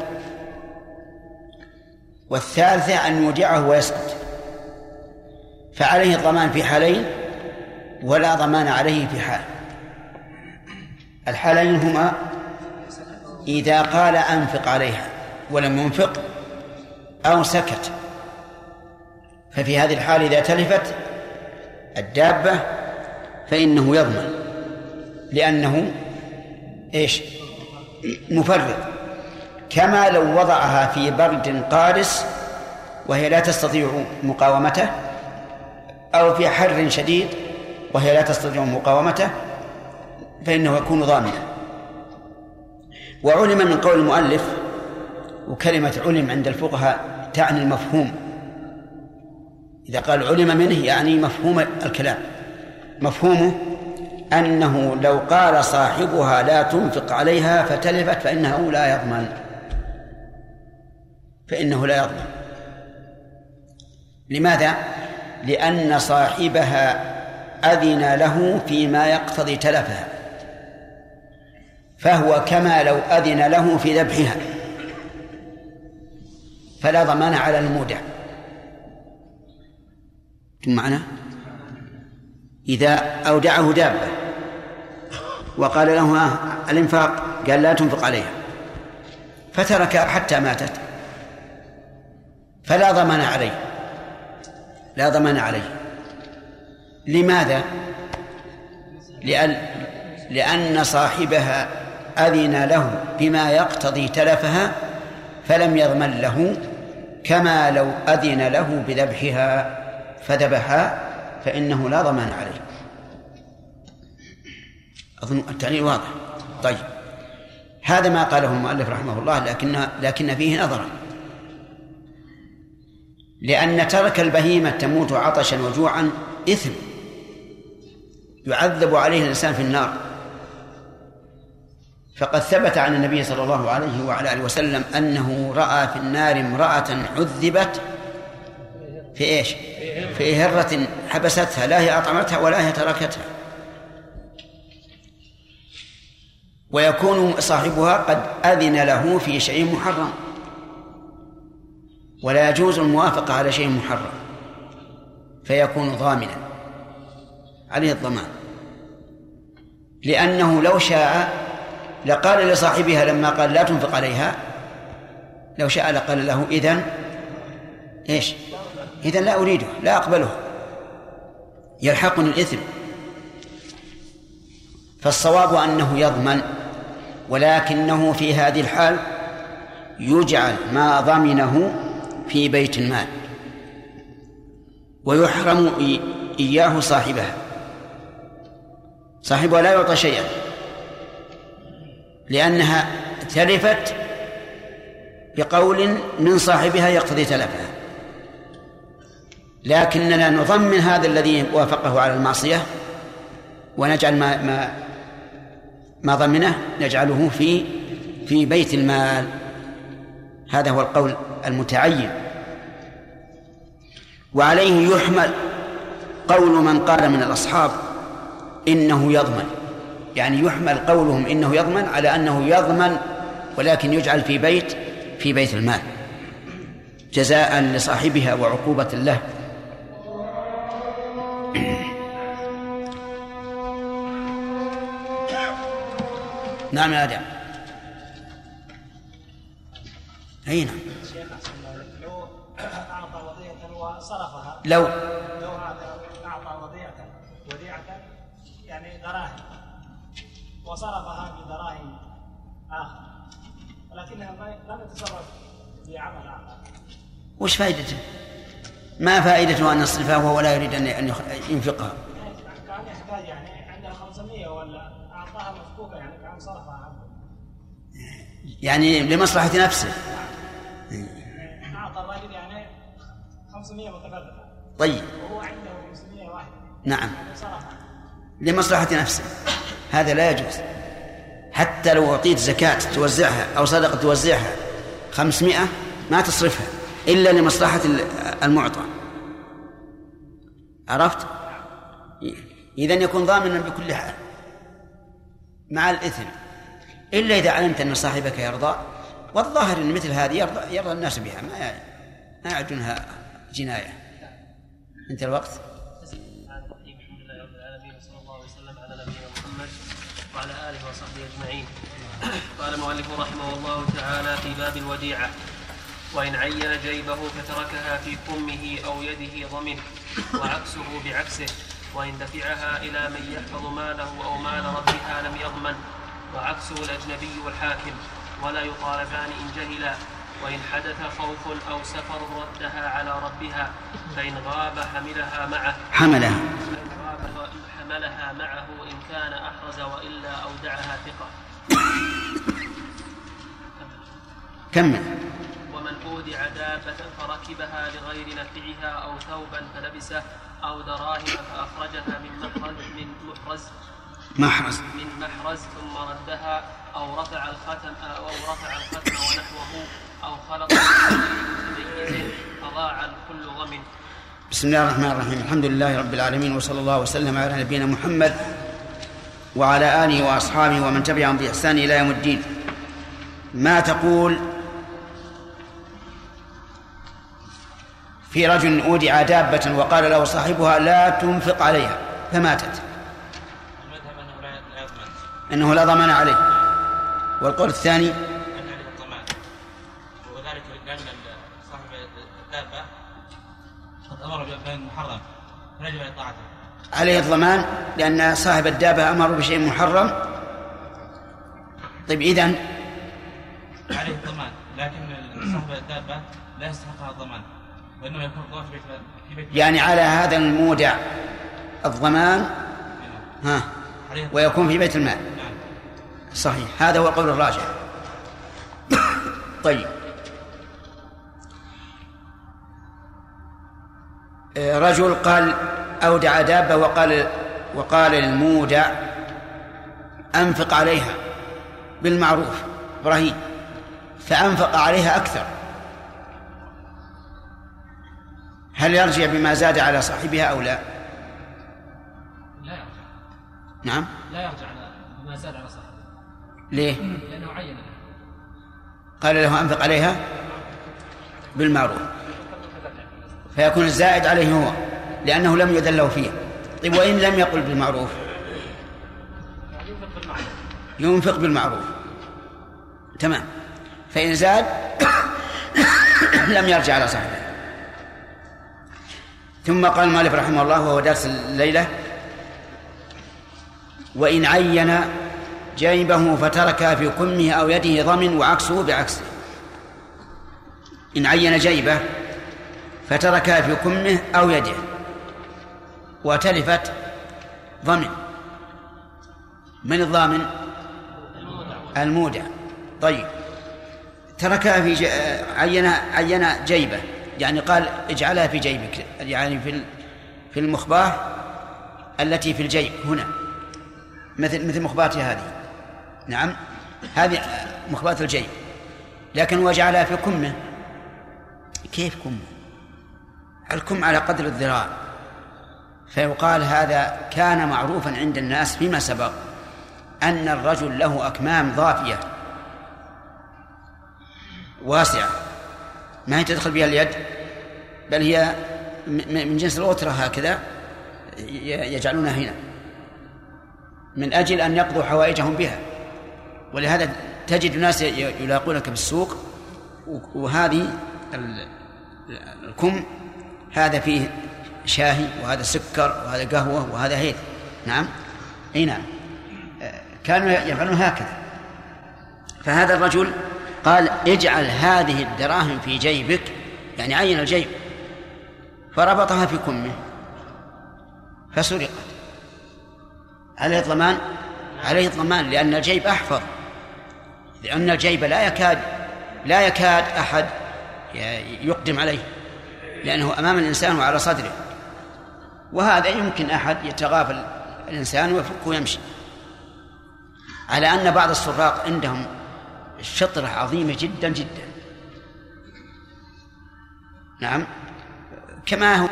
والثالثة أن يودعه ويسكت. فعليه الضمان في حالين ولا ضمان عليه في حال. الحالين هما إذا قال أنفق عليها ولم ينفق، أو سكت. ففي هذه الحال إذا تلفت الدابة فإنه يضمن، لأنه مفرط، كما لو وضعها في برد قارس وهي لا تستطيع مقاومته، أو في حر شديد وهي لا تستطيع مقاومته، فإنه يكون ضامنا. وعلم من قول المؤلف، وكلمة علم عند الفقهاء تعني المفهوم. إذا قال علم منه يعني مفهوم الكلام. مفهومه أنه لو قال صاحبها لا تنفق عليها فتلفت فإنه لا يضمن. لماذا؟ لأن صاحبها أذن له فيما يقتضي تلفها، فهو كما لو أذن له في ذبحها، فلا ضمان على المودع. معنى إذا أودعه دابة وقال له الإنفاق، قال لا تنفق عليها، فتركها حتى ماتت، فلا ضمان عليه، لا ضمان عليه. لماذا؟ لأن صاحبها أذن له بما يقتضي تلفها فلم يضمن له، كما لو أذن له بذبحها فذبحها فإنه لا ضمان عليه. أظن التعليل واضح. طيب، هذا ما قاله المؤلف رحمه الله، لكن فيه نظرا، لأن ترك البهيمة تموت عطشا وجوعا إثم يعذب عليه الإنسان في النار. فقد ثبت عن النبي صلى الله عليه وعلى آله وسلم أنه رأى في النار امرأة عذبت في في هرة حبستها، لا هي أطعمتها ولا هي تركتها، ويكون صاحبها قد أذن له في شيء محرم، ولا يجوز الموافقة على شيء محرم، فيكون ضامنا عليه الضمان. لأنه لو شاء لقال لصاحبها لما قال لا تنفق عليها، لو شاء لقال له إذن لا أريده، لا أقبله، يلحقني الإثم. فالصواب أنه يضمن، ولكنه في هذه الحال يجعل ما ضمنه في بيت المال ويحرم إياه صاحبها. صاحبها لا يعطى شيئا لأنها تلفت بقول من صاحبها يقتضي تلفها، لكننا نضمن هذا الذي وافقه على المعصية ونجعل ما ضمنه نجعله في بيت المال. هذا هو القول المتعين، وعليه يحمل قول من قال من الأصحاب إنه يضمن، يعني يحمل قولهم إنه يضمن على أنه يضمن ولكن يجعل في بيت المال جزاء لصاحبها وعقوبة له. نعم يا آدم. أي نعم. لو أعطى وضيعة وصرفها، لو أعطى وديعة يعني دراهم وصرفها بدراهم آخر، ولكنها لم يتصرف بعمل آخر، وش فائدته؟ ما فائدته أن يصرفها وهو لا يريد أن ينفقها؟ كان يحتاج يعني عندها 500 ولا أعطاها مفكوكة، يعني كان صرفها عنه يعني لمصلحة نفسه. أعطى الرجل يعني 500 متفرقة، طيب وهو عنده 500 واحدة، نعم يعني صرفها لمصلحة نفسه، هذا لا يجوز. حتى لو أعطيت زكاة توزعها أو صدقة توزعها 500 ما تصرفها إلا لمصلحة المعطى. عرفت؟ إذن يكون ضامنا بكل حال مع الإثم، إلا إذا علمت أن صاحبك يرضى، والظاهر أن مثل هذه يرضى الناس بها، ما يعدونها جناية. انت الوقت. الحمد لله رب العالمين، وصلى الله وسلم على نبينا محمد وعلى آله وصحبه أجمعين. قال المؤلف رحمه الله تعالى في باب الوديعة: وإن عين جيبه فتركها في كمه أو يده ضمن، وعكسه بعكسه، وإن دفعها إلى من يحفظ ماله أو مال ربها لم يضمن، وعكسه الأجنبي والحاكم، ولا يطالبان إن جهلا. وإن حدث خوف أو سفر ردها على ربها، فإن غاب حملها معه إن كان أحرز، وإلا أودعها ثقة. كمل. ومن أودع دابة فركبها لغير نفعها أو ثوبا فلبسه أو دراهم فأخرجها من محرز ثم ردها أو رفع الختم ونحوه أو خلط بميز أضاع الكل ضمن. بسم الله الرحمن الرحيم. الحمد لله رب العالمين، وصلى الله وسلم على نبينا محمد وعلى آله وأصحابه ومن تبعهم بإحسان إلى يوم الدين. ما تقول في رجل أودع دابة وقال له صاحبها لا تنفق عليها فماتت، أنه لا ضمان عليه، والقول الثاني وذلك لأن صاحب الدابة قد أمر بأمر محرم فيجب عليه طاعته، عليه الضمان لأن صاحب الدابة أمر بشيء محرم. طيب إذن عليه الضمان، لكن صاحب الدابة لا يستحقها الضمان، وإنما يكون الضمان في بيت يعني على هذا المودع الضمان ويكون في بيت المال. صحيح، هذا هو القول الراجح. طيب، رجل قال أودع دابة وقال للمودع أنفق عليها بالمعروف إبراهيم، فأنفق عليها أكثر، هل يرجع بما زاد على صاحبها أو لا؟ لا يرجع. نعم، لا يرجع بما زاد على صاحبه. ليه؟ لأنه عين له. قال له أنفق عليها بالمعروف، فيكون الزائد عليه هو لأنه لم يدل له فيه. طيب، وإن لم يقل بالمعروف؟ ينفق بالمعروف، تمام. فإن زاد لم يرجع على صاحبه. ثم قال المؤلف رحمه الله وهو درس الليلة: وإن عين جيبه فتركها في كمه أو يده ضمن، وعكسه بعكسه. إن عين جيبه فتركها في كمه أو يده وتلفت ضمن، من الضامن؟ المودع. طيب، تركها في عين جيبه يعني قال اجعلها في جيبك، يعني في المخباه التي في الجيب هنا، مثل مخباتي هذه. نعم، هذه مخبات الجيب، لكن وجعلها في كمه. كيف كمه؟ الكم على قدر الذراع، فيقال هذا كان معروفا عند الناس فيما سبق أن الرجل له أكمام ضافية واسعة ما هي تدخل بها اليد، بل هي من جنس الأوترة هكذا يجعلونها هنا من أجل أن يقضوا حوائجهم بها. ولهذا تجد ناس يلاقونك بالسوق وهذه الكم هذا فيه شاهي وهذا سكر وهذا قهوة وهذا هيل. نعم، أي نعم، كانوا يفعلون هكذا. فهذا الرجل قال اجعل هذه الدراهم في جيبك، يعني عين الجيب، فربطها في كمه فسرقت. عليه الضمان؟ عليه الضمان، لأن الجيب أحفظ، لأن الجيب لا يكاد أحد يقدم عليه، لأنه أمام الإنسان وعلى صدره، وهذا يمكن أحد يتغافل الإنسان ويفك ويمشي. على أن بعض السراق عندهم شطرة عظيمة جدا جدا. نعم، كما هو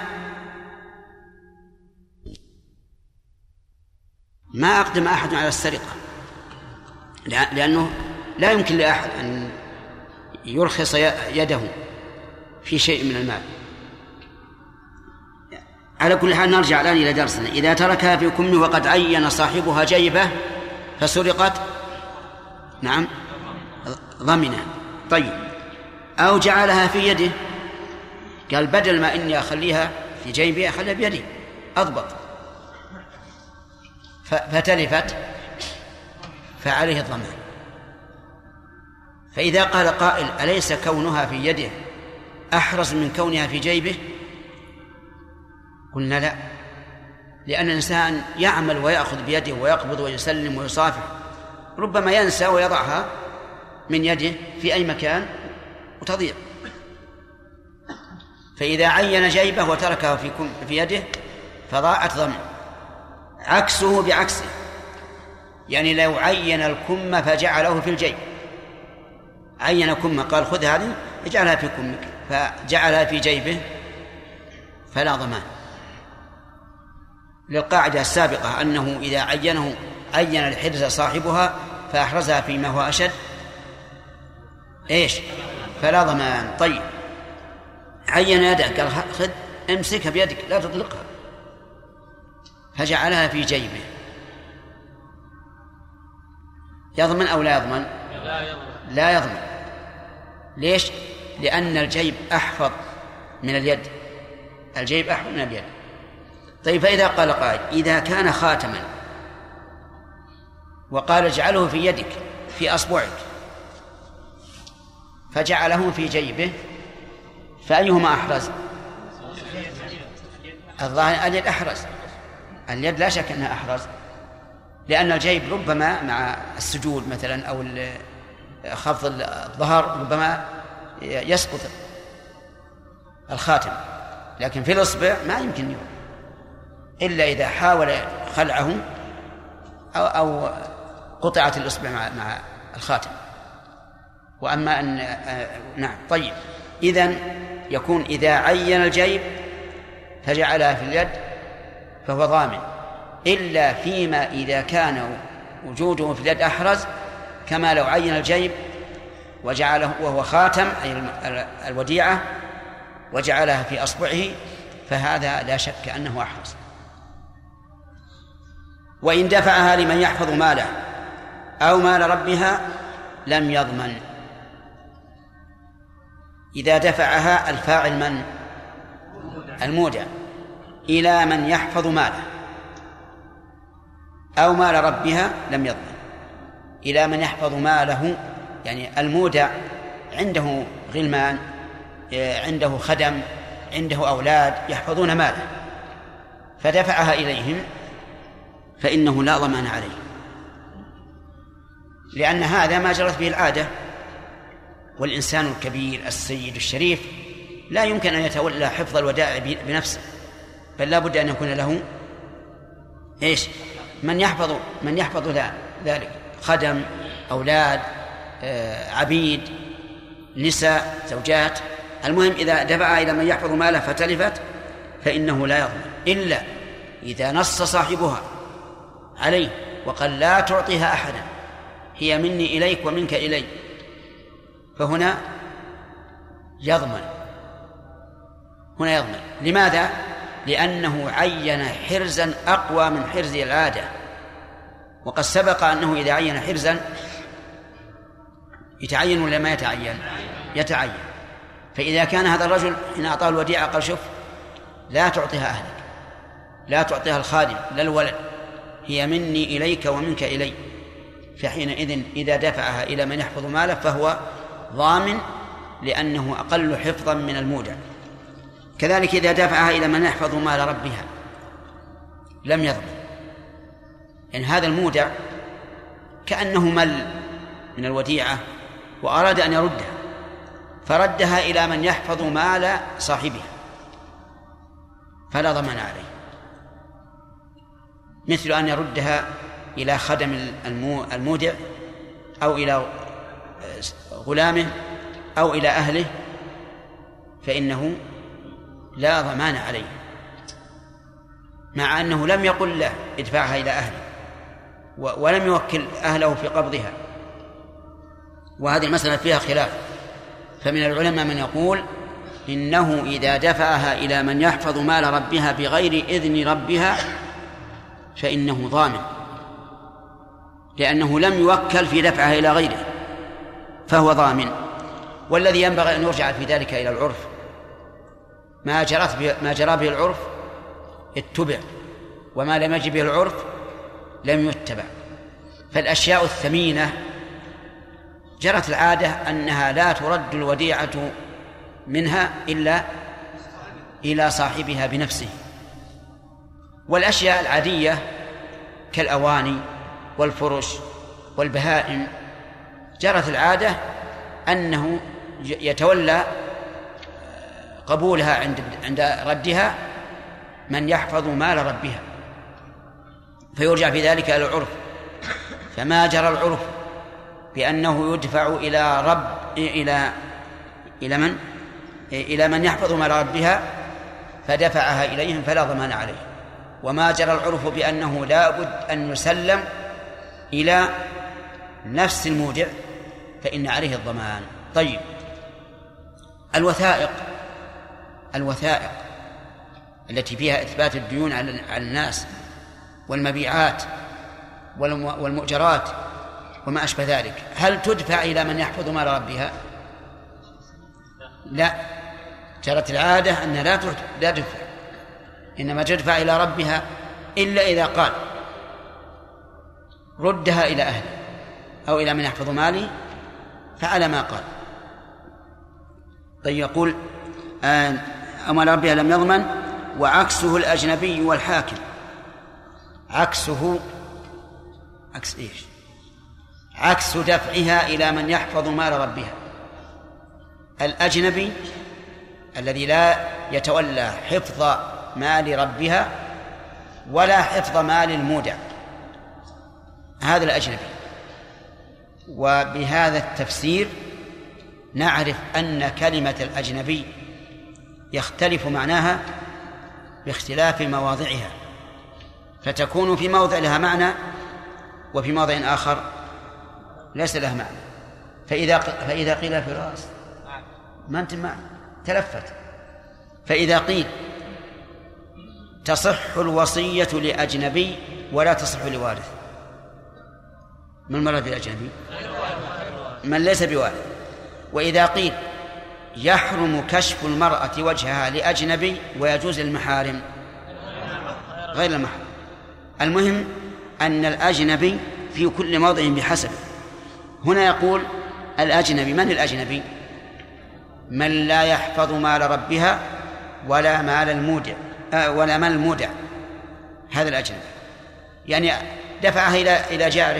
ما أقدم أحد على السرقة، لأنه لا يمكن لأحد أن يرخص يده في شيء من المال. على كل حال نرجع الآن إلى درسنا. إذا تركها في كمه وقد عين صاحبها جيبه فسرقت، نعم، ضمنه. طيب، أو جعلها في يده، قال بدل ما إني أخليها في جيبي أخليها بيدي أضبط، فتلفت فعليه الضمان. فإذا قال قائل أليس كونها في يده أحرز من كونها في جيبه؟ قلنا لا، لأن الإنسان يعمل ويأخذ بيده ويقبض ويسلم ويصافح، ربما ينسى ويضعها من يده في أي مكان وتضيع. فإذا عين جيبه وتركه في يده فضاعت ضمن. عكسه بعكسه، يعني لو عين الكم فجعله في الجيب، عين كمه قال خذ هذه اجعلها في كمك فجعلها في جيبه فلا ضمان، للقاعدة السابقة أنه إذا عين الحرز صاحبها فأحرزها فيما هو أشد فلا ضمان. طيب، عين يدك قال خذ امسكها بيدك لا تطلقها، فجعلها في جيبه، يضمن أو لا يضمن؟ لا يضمن. ليش؟ لأن الجيب أحفظ من اليد، الجيب أحفظ من اليد. طيب، فإذا قال قائل إذا كان خاتما وقال اجعله في يدك في أصبعك فجعله في جيبه فأيهما أحرز؟ الظاهر اليد أحرز، اليد لا شك أنها أحرز، لأن الجيب ربما مع السجود مثلا أو خفض الظهر ربما يسقط الخاتم، لكن في الإصبع ما يمكن يوم إلا إذا حاول خلعه أو قطعت الإصبع مع الخاتم. وأما أن نعم. طيب، إذن يكون إذا عين الجيب فجعلها في اليد فهو ضامن، إلا فيما إذا كان وجوده في اليد أحرز، كما لو عين الجيب وجعله وهو خاتم أي الوديعة وجعلها في أصبعه، فهذا لا شك أنه أحرز. وإن دفعها لمن يحفظ ماله أو مال ربها لم يضمن. إذا دفعها الفاعل من؟ المودع إلى من يحفظ ماله أو مال ربها لم يضمن. إلى من يحفظ ماله يعني المودع عنده غلمان، عنده خدم، عنده أولاد يحفظون ماله، فدفعها إليهم فإنه لا ضمان عليه، لأن هذا ما جرت به العادة. والإنسان الكبير السيد الشريف لا يمكن أن يتولى حفظ الودائع بنفسه، بل لا بد أن يكون له إيش؟ من يحفظ ذلك، خدم، أولاد، عبيد، نساء، زوجات. المهم إذا دفع إلى من يحفظ ماله فتلفت فإنه لا يضمن إلا إذا نص صاحبها عليه وقال لا تعطيها أحدا، هي مني إليك ومنك إلي، فهنا يضمن. لماذا؟ لأنه عين حرزا أقوى من حرز العادة، وقد سبق أنه إذا عين حرزا يتعين ولا ما يتعين. فإذا كان هذا الرجل حين أعطاه الوديعة قال شوف لا تعطيها أهلك، لا تعطيها الخادم، لا الولد، هي مني إليك ومنك إلي، فحينئذ إذا دفعها إلى من يحفظ ماله فهو ضامن، لأنه أقل حفظا من المودع. كذلك إذا دفعها إلى من يحفظ مال ربها لم يضمن، يعني هذا المودع كأنه مل من الوديعة وأراد أن يردها، فردها إلى من يحفظ مال صاحبها فلا ضمان عليه، مثل أن يردها إلى خدم المودع أو إلى غلامه أو إلى أهله، فإنه لا ضمان عليه، مع أنه لم يقل له ادفعها إلى أهله ولم يوكل أهله في قبضها. وهذه المسألة فيها خلاف، فمن العلماء من يقول إنه إذا دفعها إلى من يحفظ مال ربها بغير إذن ربها فإنه ضامن، لأنه لم يوكل في دفعها إلى غيره فهو ضامن. والذي ينبغي أن يرجع في ذلك إلى العرف، ما جرى به العرف اتبع، وما لم يجب به العرف لم يتبع. فالأشياء الثمينة جرت العادة أنها لا ترد الوديعة منها إلا إلى صاحبها بنفسه، والأشياء العادية كالأواني والفرش والبهائم جرت العادة أنه يتولى قبولها عند ردها من يحفظ مال ربها، فيرجع في ذلك إلى العرف. فما جرى العرف بأنه يدفع إلى من يحفظ مال ربها فدفعها إليهم فلا ضمان عليه، وما جرى العرف بأنه لا بد أن يسلم إلى نفس المودع فإن عليه الضمان. طيب، الوثائق التي فيها إثبات الديون على الناس والمبيعات والمؤجرات وما أشبه ذلك، هل تدفع إلى من يحفظ مال ربها؟ لا، جرت العادة أنها لا تدفع، إنما تدفع إلى ربها إلا إذا قال ردها إلى أهله أو إلى من يحفظ مالي فعلى ما قال. طيب، يقول أمال ربها لم يضمن. وعكسه الأجنبي والحاكم. عكسه عكس إيش؟ عكس دفعها إلى من يحفظ مال ربها. الأجنبي الذي لا يتولى حفظ مال ربها ولا حفظ مال المودع، هذا الأجنبي. وبهذا التفسير نعرف أن كلمة الأجنبي يختلف معناها باختلاف مواضعها، فتكون في موضع لها معنى وفي موضع آخر ليس لها معنى. فإذا قيل في الرأس ما أنت معنى تلفت. فإذا قيل تصح الوصية لأجنبي ولا تصح لوارث، من مراد الأجنبي؟ من ليس بوارث. وإذا قيل يحرم كشف المرأة وجهها لأجنبي ويجوز للمحارم غير المحرم. المهم أن الأجنبي في كل موضع بحسب. هنا يقول الأجنبي، من الأجنبي؟ من لا يحفظ مال ربها ولا مال المودع ولا مال المودع، هذا الأجنبي. يعني دفعها إلى جاره،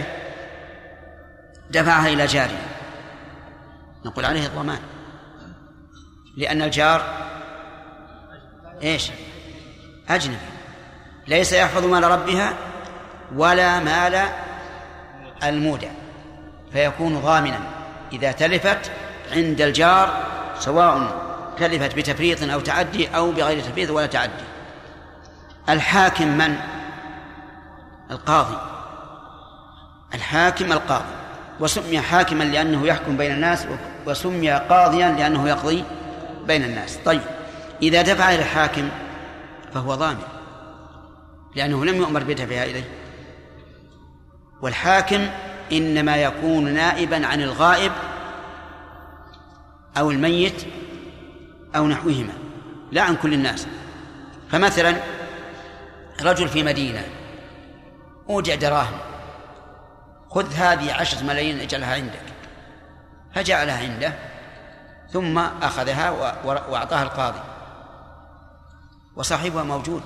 دفعها إلى جاره، نقول عليه الضمان، لأن الجار إيش؟ أجنبي، ليس يحفظ مال ربها ولا مال المودع، فيكون ضامنا إذا تلفت عند الجار، سواء تلفت بتفريط أو تعدي أو بغير تفريط ولا تعدي. الحاكم من؟ القاضي. الحاكم القاضي، وسمي حاكما لأنه يحكم بين الناس، وسمي قاضيا لأنه يقضي بين الناس. طيب، إذا دفع إلى الحاكم فهو ضامن لأنه لم يؤمر بدفعها إليه، والحاكم إنما يكون نائبا عن الغائب أو الميت أو نحوهما، لا عن كل الناس. فمثلا رجل في مدينة أودع دراهم، خذ هذه 10 ملايين اجعلها عندك، فجعلها عنده ثم أخذها وأعطاها القاضي وصاحبها موجود،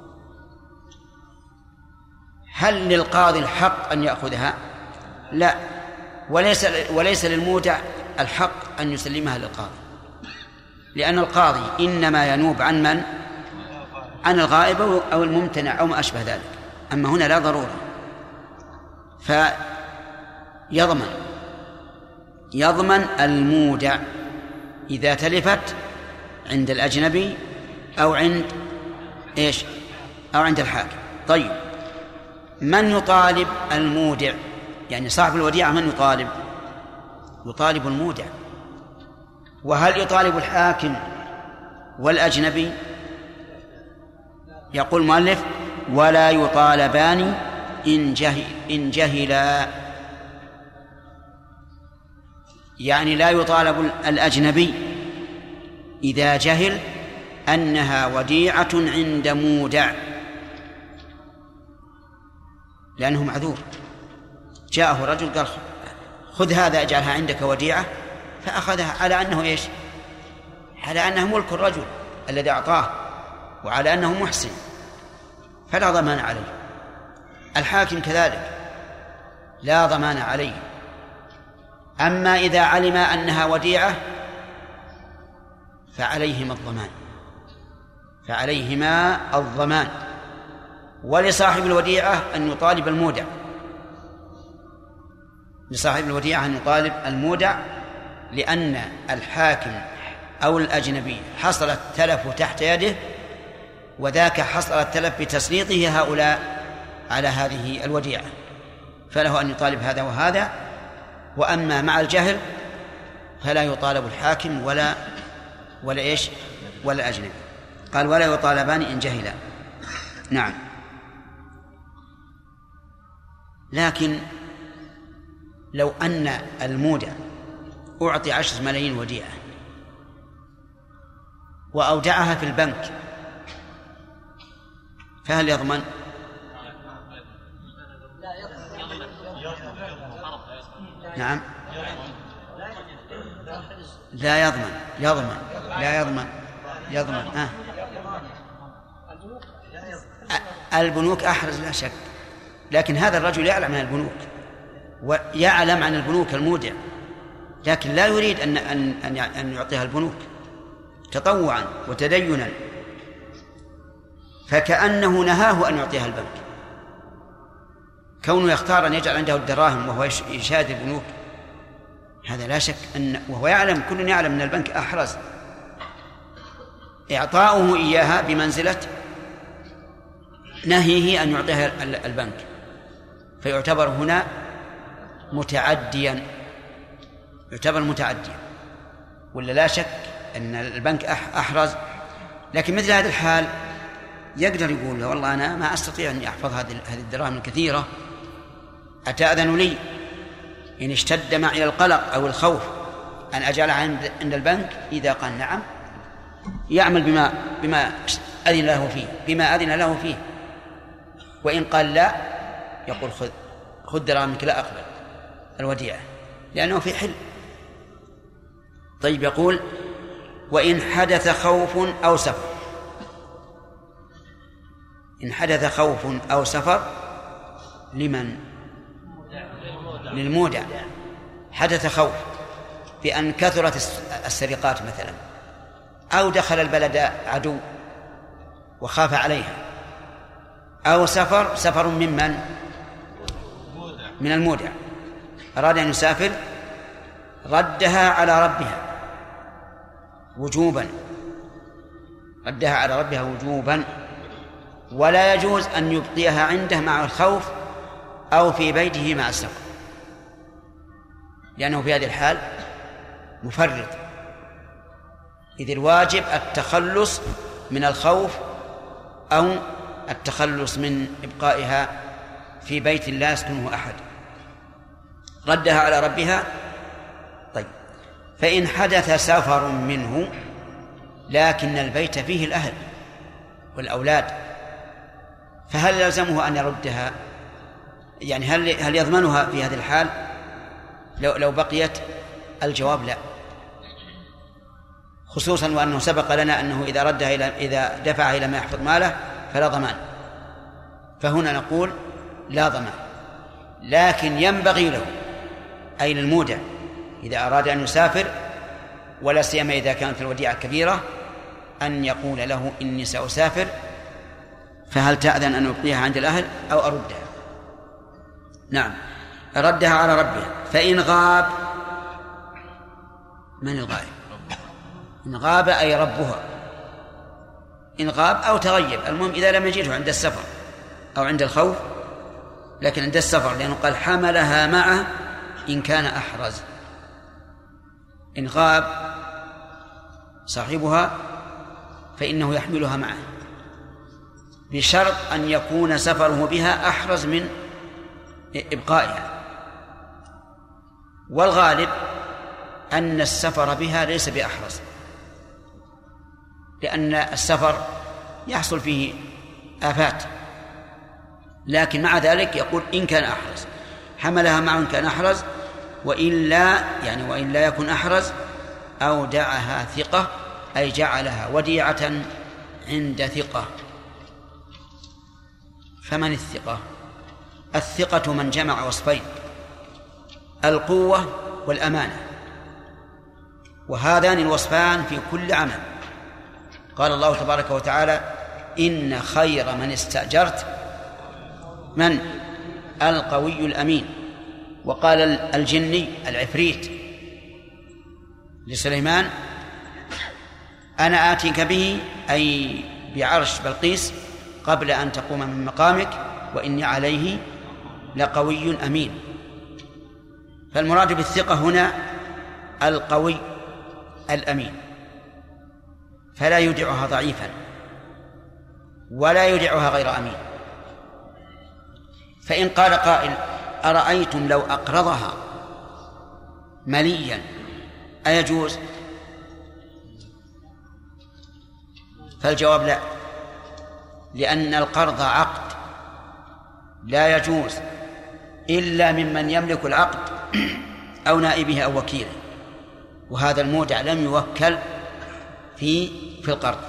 هل للقاضي الحق أن يأخذها؟ لا، وليس للمودع الحق أن يسلمها للقاضي، لأن القاضي إنما ينوب عن من؟ عن الغائب أو الممتنع أو ما أشبه ذلك، أما هنا لا ضرورة. يضمن المودع إذا تلفت عند الأجنبي أو عند إيش؟ أو عند الحاكم. طيب، من يطالب المودع؟ يعني صاحب الوديعة من يطالب؟ يطالب المودع. وهل يطالب الحاكم والأجنبي؟ يقول المؤلف: ولا يطالبان إن جهلا، يعني لا يطالب الأجنبي إذا جهل أنها وديعة عند مودع، لأنه معذور. جاءه رجل قال: خذ هذا اجعلها عندك وديعة، فأخذها على أنه إيش؟ على أنه ملك الرجل الذي أعطاه، وعلى أنه محسن، فلا ضمان عليه. الحاكم كذلك لا ضمان عليه. أما إذا علم أنها وديعة فعليهما الضمان، ولصاحب الوديعة أن يطالب المودع، لأن الحاكم أو الأجنبي حصل التلف تحت يده، وذاك حصل التلف بتسليطه هؤلاء على هذه الوديعة، فله أن يطالب هذا وهذا. وأما مع الجهل فلا يطالب الحاكم ولا إيش؟ ولا أجنبي. قال: ولا يطالبان إن جهلا. نعم. لكن لو أن المودع أعطي 10 ملايين وديعة وأودعها في البنك، فهل يضمن؟ نعم، لا يضمن. البنوك أحرز لا شك، لكن هذا الرجل يعلم عن البنوك ويعلم عن البنوك المودع، لكن لا يريد أن يعطيها البنوك تطوعا وتدينا، فكأنه نهاه أن يعطيها البنك، كونه يختار أن يجعل عنده الدراهم وهو يشاهد البنوك، هذا لا شك وهو يعلم، كل يعلم أن البنك أحرز. إعطاؤه إياها بمنزلة نهيه أن يعطيها البنك، فيعتبر هنا متعديا، ولا لا شك أن البنك أحرز. لكن مثل هذا الحال يقدر يقول: والله أنا ما أستطيع أن أحفظ هذه الدراهم الكثيرة، أتأذن لي إن اشتد معي القلق أو الخوف أن أجعلها عند البنك؟ إذا قال نعم، يعمل بما أذن له فيه، وإن قال لا، يقول: خذ دراهمك لا أقبل الوديعة، لأنه في حل. طيب، يقول: وإن حدث خوف أو سفر. إن حدث خوف أو سفر لمن؟ للمودع. حدث خوف بأن كثرت السرقات مثلا أو دخل البلد عدو وخاف عليها، أو سفر ممن؟ من المودع، أراد أن يسافر، ردها على ربها وجوبا، ردها على ربها وجوبا، ولا يجوز أن يبقيها عنده مع الخوف أو في بيته مع السفر، لأنه في هذه الحال مفرط، إذ الواجب التخلص من الخوف أو التخلص من إبقائها في بيت لا يسكنه أحد. ردها على ربها. طيب، فإن حدث سفر منه لكن البيت فيه الأهل والأولاد، فهل يلزمه أن يردها؟ يعني هل يضمنها في هذه الحال لو بقيت؟ الجواب لا، خصوصا وأنه سبق لنا أنه إذا دفع إلى ما يحفظ ماله فلا ضمان، فهنا نقول لا ضمان، لكن ينبغي له أي للمودع إذا أراد أن يسافر، ولا سيما إذا كانت الوديعة كبيرة، أن يقول له إني سأسافر، فهل تأذن أن أبقيها عند الأهل أو أردها؟ نعم، ردها على ربها. فإن غاب، من الغائب؟ إن غاب أي ربها، إن غاب أو تغيب، المهم إذا لم يجده عند السفر أو عند الخوف، لكن عند السفر، لأنه قال حملها معه إن كان أحرز. إن غاب صاحبها فإنه يحملها معه، بشرط أن يكون سفره بها أحرز من إبقائها، والغالب أن السفر بها ليس بأحرز، لأن السفر يحصل فيه آفات، لكن مع ذلك يقول إن كان أحرز، حملها معه إن كان أحرز، وإلا يكن أحرز أودعها ثقة، أي جعلها وديعة عند ثقة. فمن الثقة؟ الثقة من جمع وصفين: القوة والأمانة، وهذان الوصفان في كل عمل. قال الله تبارك وتعالى: إن خير من استأجرت من؟ القوي الأمين. وقال الجني العفريت لسليمان: أنا آتيك به، أي بعرش بلقيس، قبل أن تقوم من مقامك، وإني عليه لقوي أمين. فالمراد بالثقة هنا القوي الأمين، فلا يودعها ضعيفا ولا يودعها غير أمين. فإن قال قائل: أرأيتم لو أقرضها مليا أيجوز؟ فالجواب لا، لأن القرض عقد لا يجوز إلا ممن يملك العقد أو نائبه أو وكيله، وهذا المودع لم يوكل في القرض.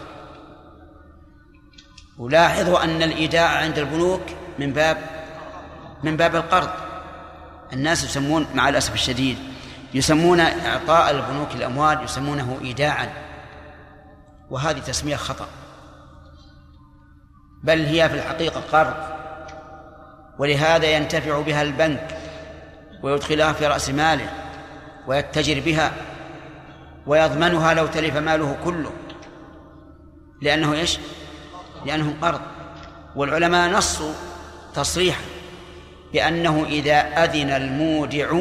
ولاحظوا أن الإيداع عند البنوك من باب القرض. الناس يسمون، مع الأسف الشديد، يسمون إعطاء البنوك الأموال يسمونه إيداعا، وهذه تسمية خطأ، بل هي في الحقيقة قرض، ولهذا ينتفع بها البنك ويدخلها في رأس ماله ويتجر بها ويضمنها لو تلف ماله كله، لأنه إيش؟ لأنه قرض. والعلماء نصوا تصريحا بأنه إذا أذن المودع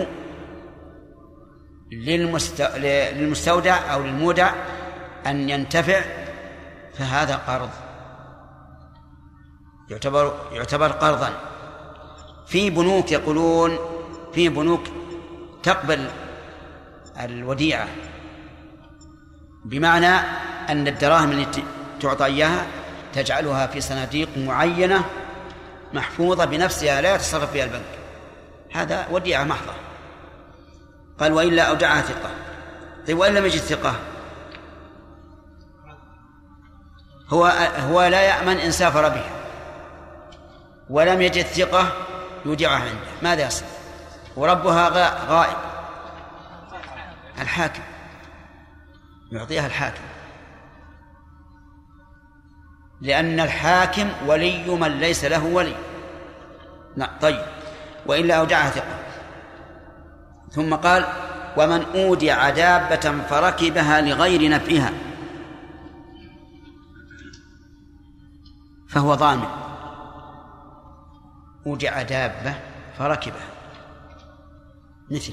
للمستودع أو للمودع أن ينتفع فهذا قرض، يعتبر قرضا. في بنوك يقولون، في بنوك تقبل الوديعة، بمعنى أن الدراهم التي تعطى إياها تجعلها في صناديق معينة محفوظة بنفسها لا يتصرف فيها البنك، هذا وديعة محضة. قال: وإلا أودعها ثقة. طيب، وإن لم يجد ثقة؟ هو لا يأمن إن سافر بها ولم يجد ثقة يودعها عنده، ماذا يصنع؟ وربها غائب، الحاكم يعطيها الحاكم. لأن الحاكم ولي من ليس له ولي. نعم. طيب، وإلا أودعها ثقة. ثم قال: ومن أودع دابة فركبها لغير نفعها فهو ضامن. أودع دابة فركبها مثل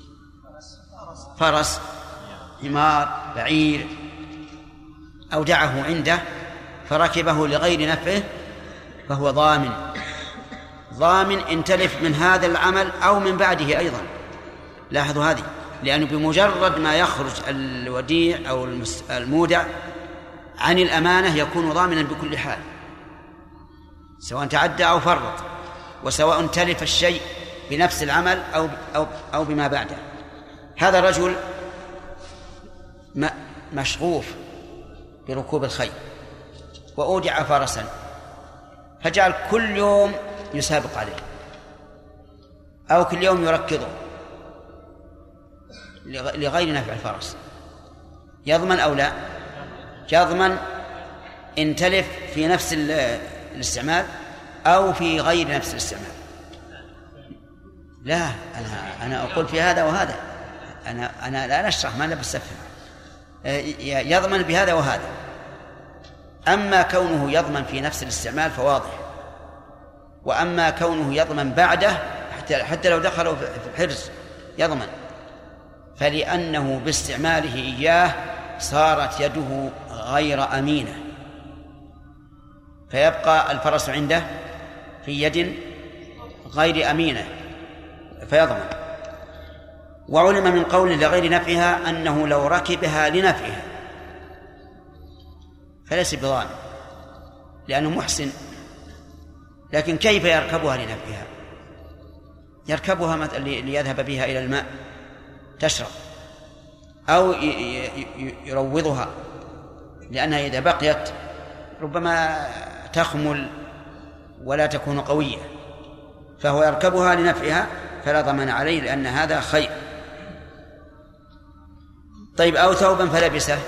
فرس، حمار، بعير، أودعه عنده فركبه لغير نفعه فهو ضامن إن تلف من هذا العمل أو من بعده أيضا. لاحظوا هذه، لأنه بمجرد ما يخرج الوديع أو المودع عن الأمانة يكون ضامنا بكل حال، سواء تعدى أو فرط، وسواء تلف الشيء بنفس العمل أو بما بعده. هذا الرجل مشغوف بركوب الخيل وأودع فرسا، فجعل كل يوم يسابق عليه أو كل يوم يركضه لغير نفع الفرس، يضمن أو لا؟ يضمن إن تلف في نفس الاستعمال أو في غير نفس الاستعمال. لا، أنا أقول في هذا وهذا، أنا لا أشرح، ما أنا بستفهم. يضمن بهذا وهذا. أما كونه يضمن في نفس الاستعمال فواضح، وأما كونه يضمن بعده حتى لو دخلوا في الحرز يضمن، فلأنه باستعماله إياه صارت يده غير أمينة، فيبقى الفرس عنده في يد غير أمينة فيضمن. وعلم من قوله لغير نفعها أنه لو ركبها لنفعها فليس بضامن لأنه محسن، لكن كيف يركبها لنفعها؟ يركبها مثلا ليذهب بها إلى الماء تشرب، أو يروضها لأنها إذا بقيت ربما تخمل ولا تكون قوية، فهو يركبها لنفعها فلا ضمان عليه لأن هذا خير. طيب، أو ثوبا فلبسه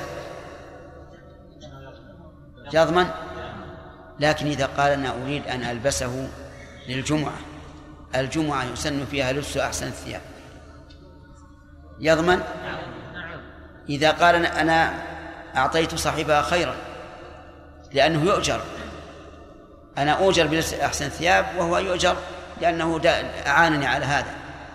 يضمن، لكن إذا قال أنا أريد أن ألبسه للجمعة، الجمعة يسن فيها لبس أحسن الثياب، يضمن؟ إذا قال أنا أعطيت صاحبها خيرا لأنه يؤجر، أنا أؤجر بلبس أحسن الثياب وهو يؤجر لأنه أعانني على هذا،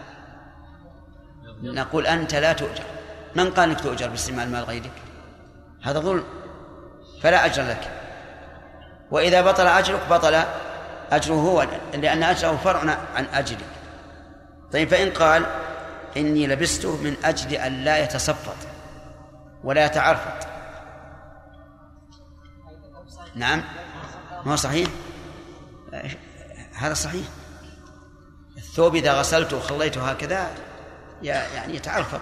نقول أنت لا تؤجر. من قال أنك تؤجر باستعمال مال غيرك؟ هذا ظلم، فلا أجر لك. وإذا بطل أجرك بطل أجره هو، لأن أجره فرع عن أجرك. طيب، فإن قال إني لبسته من أجل أن لا يتصفط ولا يتعرفط، نعم، ما هو صحيح؟ هذا صحيح. الثوب إذا غسلته وخليته هكذا يعني يتعرفط.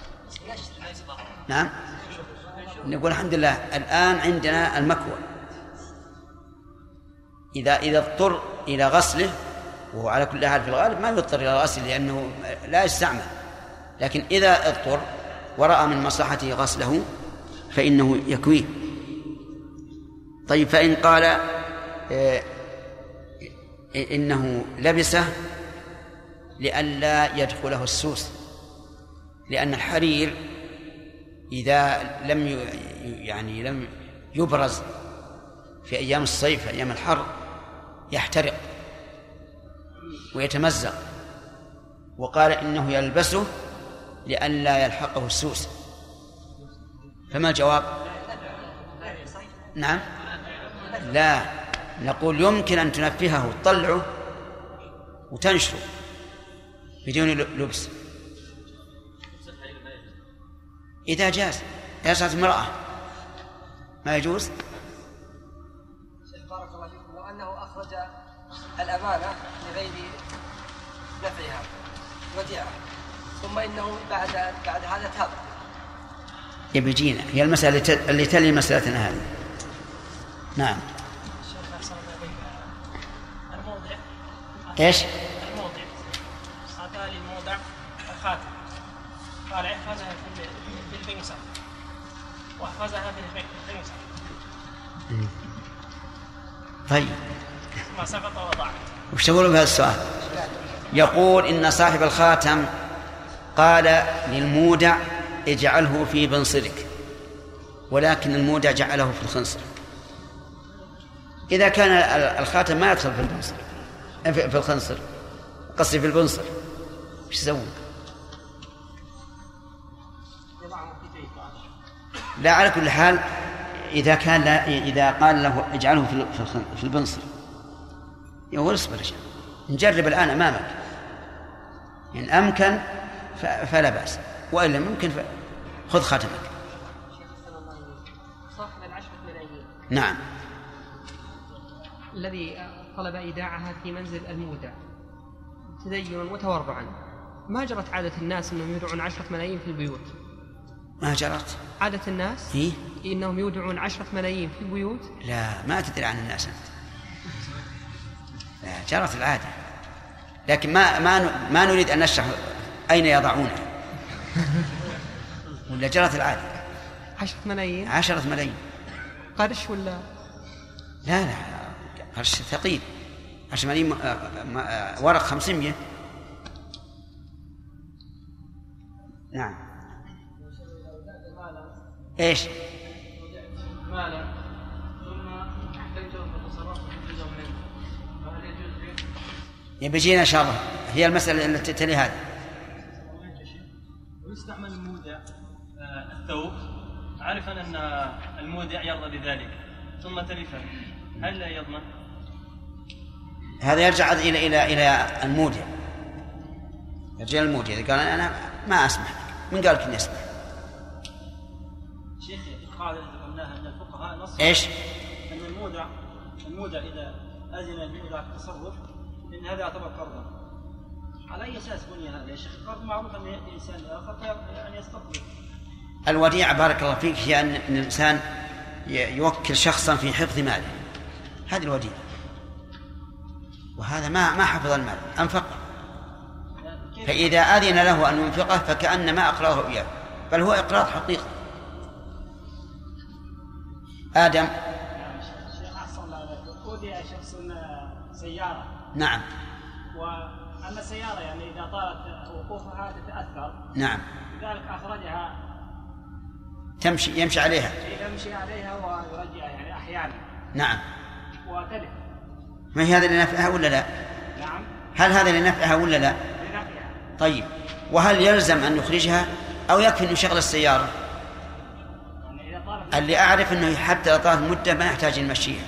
نعم، نقول الحمد لله الآن عندنا المكوى، إذا اضطر إلى غسله، وهو على كل حال في الغالب ما يضطر إلى غسله لأنه لا يستعمل، لكن إذا اضطر ورأى من مصلحته غسله فإنه يكويه. طيب، فإن قال إنه لبسه لئلا يدخله السوس، لأن الحرير إذا لم يبرز في أيام الصيف في أيام الحر يحترق ويتمزق، وقال إنه يلبسه لئلا يلحقه السوس، فما الجواب؟ نعم، لا، نقول يمكن أن تنفهه وتطلعه وتنشره بدون لبس إذا جاز. إذا صارت امرأة ما يجوز. بارك الله فيكم، لو أنه أخرج الأمانة لغير نفعها وديعة ثم إنه بعد هذا تاب، يبيجينا هي المسألة اللي تلي مسألتنا هذه. نعم. الموضع ايش؟ الموضع أعطى للموضع الخاتم، قال احفظها في البنسة واحفظها في البنسة، طيب ما سقط وضاع. وش تقولون بهذا السؤال؟ يقول إن صاحب الخاتم قال للمودع اجعله في بنصرك، ولكن المودع جعله في الخنصر. إذا كان الخاتم ما يدخل في البنصر في الخنصر، قصدي في البنصر، وش يسوون؟ لا، على كل حال إذا كان إذا قال له اجعله في البنصر يقول اصبر شيء نجرب الآن أمامك، إن أمكن فلا بأس، وإلا ممكن خذ خاتمك. صاحب 10 ملايين نعم الذي طلب إيداعها في منزل المودع تدينا وتورعا، ما جرت عادة الناس أنهم يودعون 10 ملايين في البيوت؟ ما جرت عادة الناس إيه؟ إنهم يودعون 10 ملايين في البيوت. لا، ما تدري عن الناس أنت. لا، جرت العادة، لكن ما نريد أن نشرح أين يضعونها. ولا جرت العادة 10 ملايين 10 ملايين قرش ولا لا قرش ثقيل. 10 ملايين ورق 500. نعم. ايش؟ مالا ثم احتجته فتصرفت في جزء منه، فهل يجوز لي؟ يبيجينا ان شاء الله، هي المسألة التي تلي هذه. ويستعمل المودع الثوب عارفا ان المودع يرضى بذلك ثم تلفه، هل لا يضمن؟ هذا يرجع الى المودع، يرجع المودع. إذا قال انا ما اسمح، من قال لك اني اسمح؟ شيخ القاعدة التي قلناها أن الفقهاء نص ايش؟ أن المودع إذا أذن المودع في التصرف إن هذا يعتبر قرضا. على أي أساس بني هذا يا شيخ؟ القرض معروف أن الإنسان آخر أن يستقبل. الوديعة بارك الله فيك هي أن الإنسان يوكل شخصا في حفظ ماله، هذه الوديعة. وهذا ما حفظ المال، أنفق، فإذا أذن له أن ينفقه فكأنما أقرضه إياه، بل هو إقراض حقيقي. آدم. شيخ أحسن الله عليك، أودع شخص سيارة. نعم. وأما السيارة يعني إذا طالت وقوفها تتأثر. نعم. لذلك أخرجها يمشي عليها. يمشي عليها ويرجعها يعني أحيانا. نعم. وتلف. ما هي هذا لنفعها ولا لا؟ نعم. هل هذا لنفعها ولا لا؟ لنفعها. طيب، وهل يلزم أن يخرجها أو يكفي أن يشغل السيارة؟ اللي أعرف أنه حتى لو طالت مدة ما يحتاج يمشيها.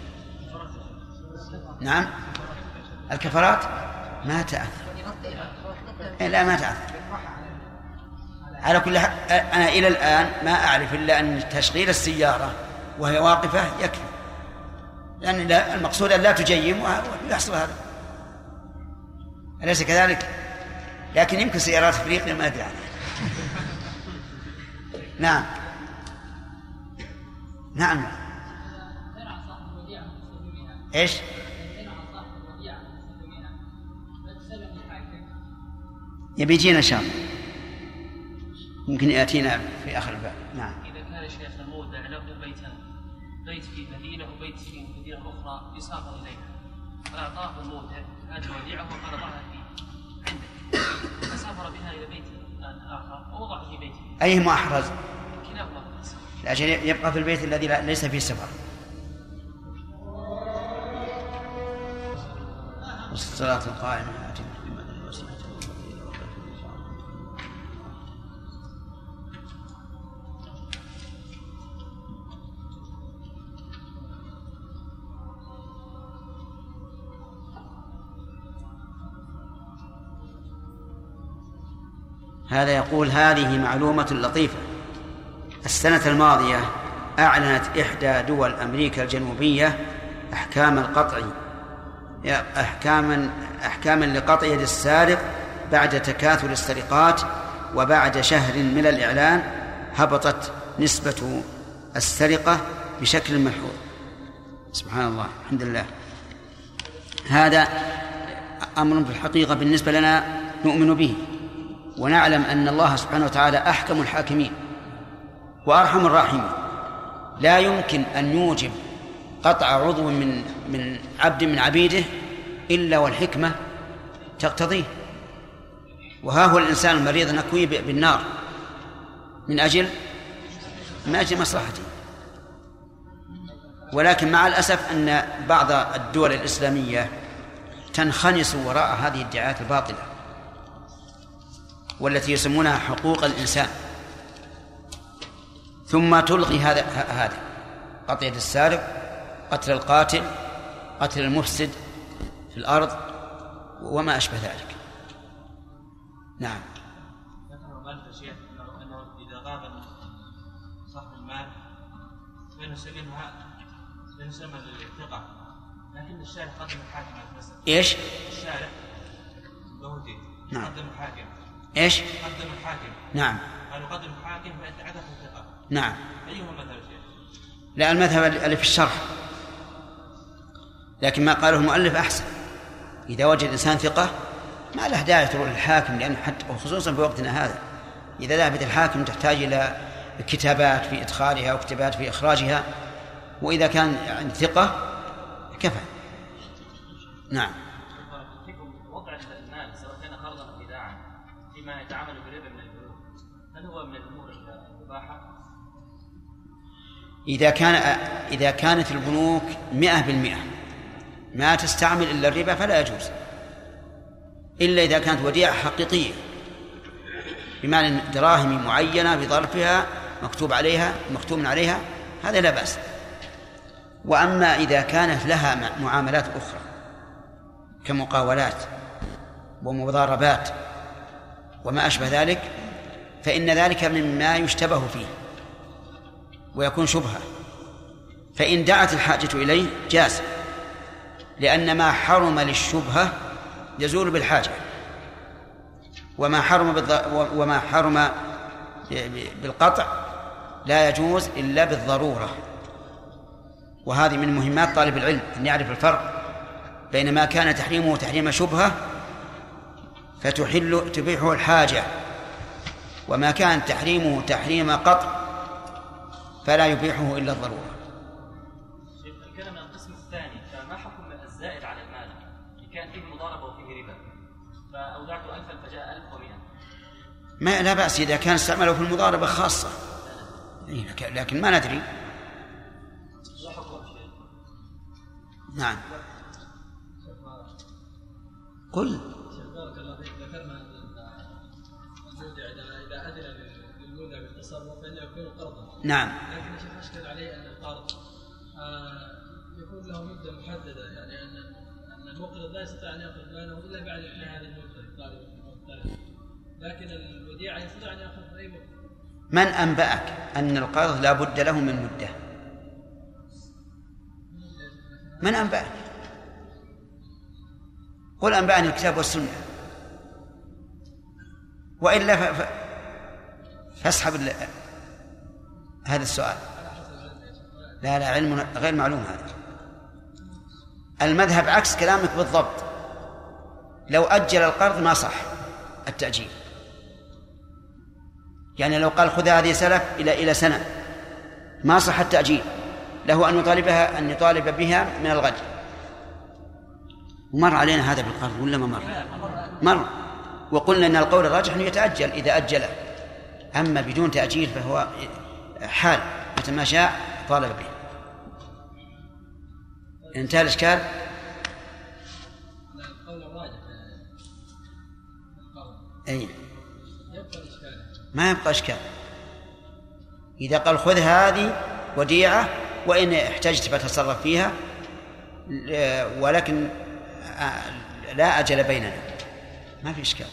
نعم. الكفارات ما تأثر. لا، ما تأثر. على كل حال أنا إلى الآن ما أعرف إلا أن تشغيل السيارة وهي واقفة يكفي، لأن المقصود أن لا تجيم ويحصل هذا، أليس كذلك؟ لكن يمكن سيارات أفريقيا ما أدري عنها. نعم. نعم. ايش؟ يبي يجينا ان شاء الله، يمكن ياتينا في اخر الباب. نعم. اذا كان شيخ المودع له بيت في مدينه وبيت في مدينه اخرى يسافر اليها، فاعطاه المودع هذه الوديعه وقال ضعها عنده، فسافر بها الى بيت اخر ووضعها في بيته، ايهما احرز؟ كلاهما. لأجل يبقى في البيت الذي ليس فيه سفر. والصلاة القائمة آتي محمد الوسيلة والفضيلة هذا يقول: هذه معلومة لطيفة. السنة الماضية أعلنت إحدى دول أمريكا الجنوبية أحكاما لقطع يد السارق بعد تكاثر السرقات، وبعد شهر من الإعلان هبطت نسبة السرقة بشكل ملحوظ. سبحان الله، الحمد لله. هذا أمر في الحقيقة بالنسبة لنا نؤمن به، ونعلم أن الله سبحانه وتعالى أحكم الحاكمين وأرحم الراحمين، لا يمكن أن يوجب قطع عضو من عبد من عبيده إلا والحكمة تقتضيه. وها هو الإنسان المريض نكوي بالنار من أجل مصلحته. ولكن مع الأسف أن بعض الدول الإسلامية تنخنس وراء هذه الادعاءات الباطلة والتي يسمونها حقوق الإنسان، ثم تلغي هذا قطع يد السارق، قتل القاتل، قتل المفسد في الأرض وما أشبه ذلك. نعم. أنه إذا غاب صاحب المال فينسمى للثقة، لكن الشارع قدم الحاكم على المسألة. إيش؟ الشارع بهدي. نعم. قدم الحاكم. إيش؟ قدم الحاكم. نعم. قالوا قدم الحاكم فأنت عدم الثقة. نعم. أيهما مذهب الشيخ؟ لا، المذهب اللي في الشرح، لكن ما قاله المؤلف أحسن. إذا وجد إنسان ثقة ما له داعي تروح للحاكم، لأن حتى وخصوصا في وقتنا هذا إذا ذهبت الحاكم تحتاج إلى كتابات في إدخالها وكتابات في إخراجها، وإذا كان عند ثقة كفى. نعم. وضع المال سواء كان قرضا أو وداعا فيما يتعامل بالربا من البنوك، هل هو من الأمور المباحة؟ إذا كانت البنوك 100% ما تستعمل إلا الربا فلا يجوز، إلا إذا كانت وديعة حقيقية بمعنى دراهم معينة بظرفها مكتوب عليها هذا لا بأس. وأما إذا كانت لها معاملات أخرى كمقاولات ومضاربات وما أشبه ذلك فإن ذلك مما يشتبه فيه ويكون شبهة، فإن دعت الحاجة إليه جاز، لأن ما حرم للشبهة يزول بالحاجة، وما حرم بالقطع لا يجوز إلا بالضرورة. وهذه من مهمات طالب العلم أن يعرف الفرق بين ما كان تحريمه تحريم شبهة تبيحه الحاجة، وما كان تحريمه تحريم قطع فلا يبيحه إلا الضرورة. الكلام عن القسم الثاني، فما حكم الزائد على المال إن كان فيه مضاربة وفيه ربا، فأودعت 1000 فجاء 1100؟ لا بأس إذا كان استعمله في المضاربة خاصة، لكن ما ندري. نعم. قل. بارك الله فيك، ذكرنا أن المودع إذا أذن للمودع بالتصرف فإنه يكون قرضا. نعم. لكن الشيخ أشكل عليه أن القرض يكون له مدة محددة، يعني أن المقرض لا يستطيع أن يأخذ ماله إلا بعد إنهاء هذه المدة، لكن الوديعة يستطيع أن يأخذ في أي وقت. من أنبأك أن القرض لا بد له من مدة؟ من أنبأك؟ قل أنبأني الكتاب والسنة، وإلا فاسحب هذا السؤال. لا علم غير معلوم هذا. المذهب عكس كلامك بالضبط. لو أجل القرض ما صح التأجيل، يعني لو قال خذ هذه سلف إلى سنة ما صح التأجيل، له أن يطالب بها من الغد. ومر علينا هذا بالقرض ولا ما مر؟ وقلنا أن القول الراجح أنه يتأجل إذا أجله، أما بدون تأجيل فهو حال متى ما شاء طالب به. انتهى الإشكال. القول الراجح أي ما يبقى إشكال. إذا قال خذ هذه وديعة وإن احتجت فتصرف فيها، ولكن لا أجل بيننا، ما في إشكال.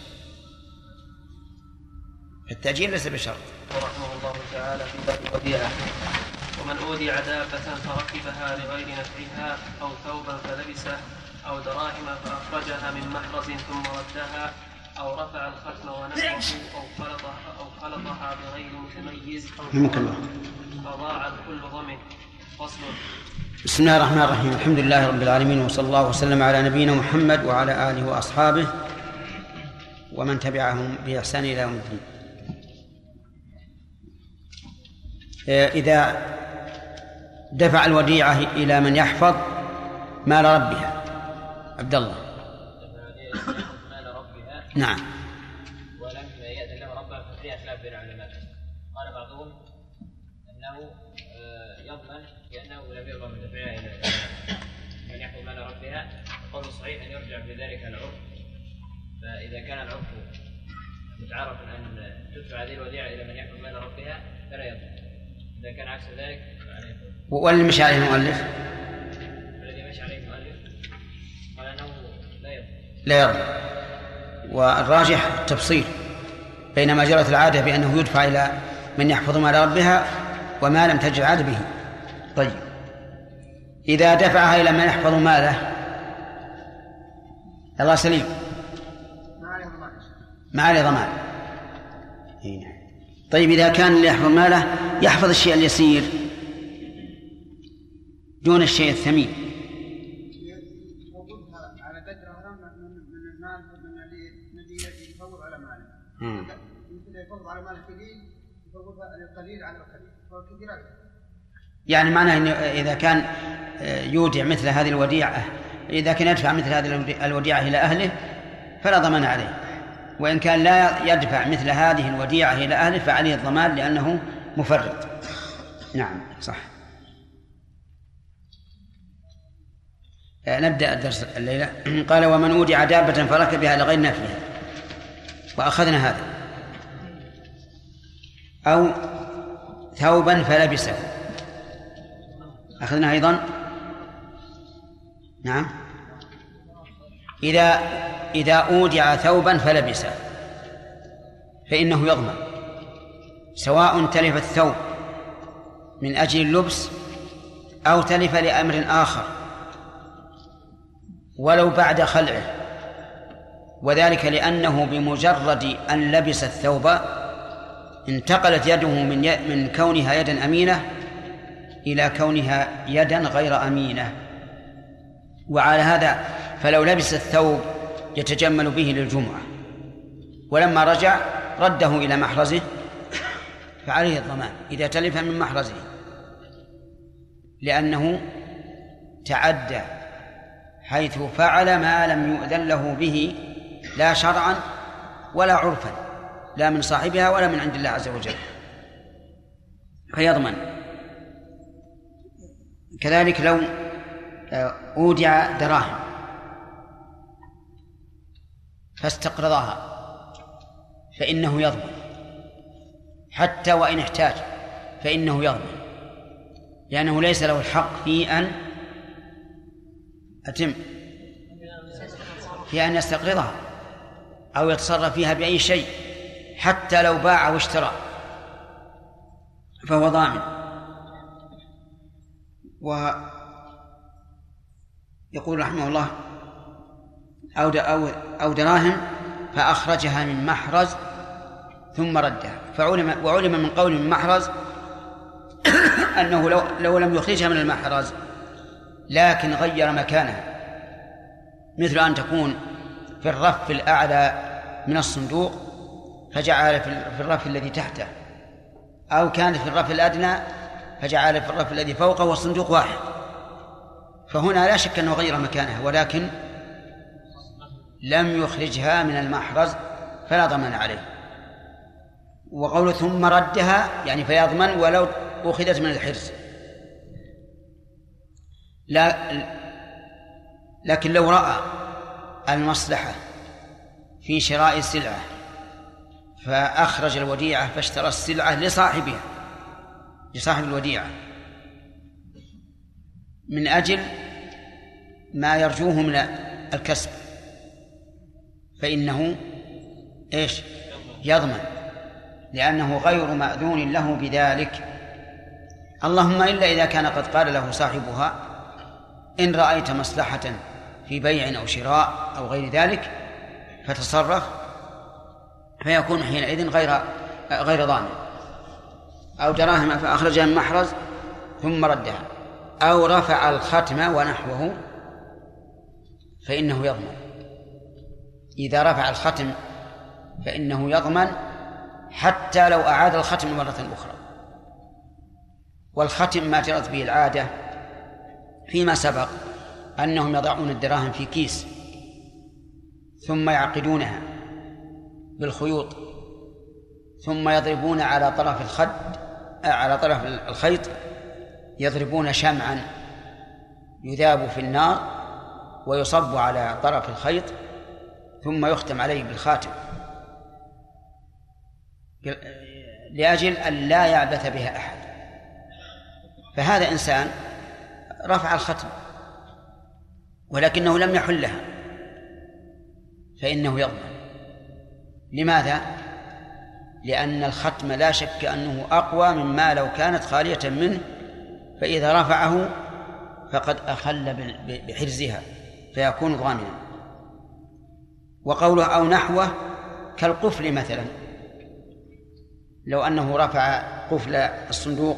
التأجيل ليس بشرط. ورحمه الله تعالى في باب الوديعة: ومن أودع دابة فركبها لغير نفعها أو ثوبا فلبسه أو دراهم فأخرجها من محرز ثم ردها أو رفع الختم ونحوه أو خلطها بغير متميز فضاع كل ضمن. فصل. بسم الله الرحمن الرحيم. الحمد لله رب العالمين، وصلى الله وسلم على نبينا محمد وعلى آله وأصحابه ومن تبعهم بإحسان إلى يوم الدين. إذا دفع الوديعة إلى من يحفظ مال ربها. عبد الله. مال ربها. نعم. ولم يأذن له ربها ففيها خلاف بين العلماء. قال بعضهم أنه يضمن لأنه لم يرضى من دفعها إلى من يحفظ مال ربها. القول الصحيح أن يرجع بذلك العرف، فإذا كان العرف متعارف أن تدفع هذه الوديعة إلى من يحفظ مال ربها فلا يضمن. إذا كان عكس ذلك فعليه. والذي مشى عليه المؤلف؟ الذي مشى عليه المؤلف قال أنه لا يضمن. والراجح التفصيل بين ما جرت العادة بأنه يدفع إلى من يحفظ مال ربها وما لم تجر العادة به. طيب، إذا دفعها إلى من يحفظ ماله الله سليم ما عليه ضمان. طيب، إذا كان اللي يحفظ ماله يحفظ الشيء اليسير دون الشيء الثمين، على قدر من المال الذي يفوض على ماله، مثل يفوض على مال القليل يفوض القليل على القليل والكثير أكثر. يعني معناه إنه إذا كان يودع مثل هذه الوديعة، إذا كان يدفع مثل هذه الوديعة إلى أهله فلا ضمان عليه، وإن كان لا يدفع مثل هذه الوديعة إلى أهله فعليه الضمان لأنه مفرط. نعم صح. نبدأ الدرس الليلة. قال: ومن أودع دابة فركبها لغير نافيها، وأخذنا هذا. أو ثوبا فلبسه، أخذنا أيضا. نعم. إذا أودع ثوبا فلبسه فإنه يضمن، سواء تلف الثوب من أجل اللبس أو تلف لأمر آخر ولو بعد خلعه، وذلك لأنه بمجرد أن لبس الثوب انتقلت يده من كونها يدا أمينة إلى كونها يدا غير أمينة. وعلى هذا فلو لبس الثوب يتجمل به للجمعة ولما رجع رده إلى محرزه فعليه الضمان إذا تلف من محرزه، لأنه تعدى حيث فعل ما لم يؤذن له به لا شرعا ولا عرفا، لا من صاحبها ولا من عند الله عز وجل، فيضمن. كذلك لو أودع دراهم فاستقرضها فإنه يضمن، حتى وإن احتاج فإنه يضمن، لأنه ليس له الحق في أن يستقرضها أو يتصرف فيها بأي شيء، حتى لو باع واشترى فهو ضامن. ويقول رحمه الله: أو دراهم فأخرجها من محرز ثم ردها. وعلم من قول من محرز أنه لو لم يخرجها من المحرز لكن غير مكانها، مثل أن تكون في الرف الأعلى من الصندوق فجعل في الرف الذي تحته، أو كانت في الرف الأدنى فجعل في الرف الذي فوقه والصندوق واحد، فهنا لا شك أنه غير مكانها ولكن لم يخرجها من المحرز فلا ضمان عليه. وقول ثم ردها يعني فيضمن ولو أخذت من الحرز. لكن لو رأى المصلحة في شراء السلعة فأخرج الوديعة فاشترى السلعة لصاحبها، لصاحب الوديعة، من أجل ما يرجوه من الكسب، فإنه يضمن، لأنه غير مأذون له بذلك. اللهم إلا إذا كان قد قال له صاحبها: إن رأيت مصلحة في بيع أو شراء أو غير ذلك فتصرف، فيكون حينئذ غير ضامن. أو دراهم فأخرجها من محرز ثم ردها، أو رفع الختم ونحوه فإنه يضمن. إذا رفع الختم فإنه يضمن حتى لو أعاد الختم مرة أخرى. والختم ما جرت به العادة فيما سبق أنهم يضعون الدراهم في كيس ثم يعقدونها بالخيوط ثم يضربون على طرف الخيط يضربون شمعا يذاب في النار ويصب على طرف الخيط ثم يختم عليه بالخاتم لأجل أن لا يعبث بها أحد. فهذا إنسان رفع الختم ولكنه لم يحلها فإنه يضمن. لماذا؟ لأن الختم لا شك أنه أقوى مما لو كانت خالية منه، فإذا رفعه فقد أخل بحرزها فيكون ضامنا. وقوله أو نحوه كالقفل مثلا، لو أنه رفع قفل الصندوق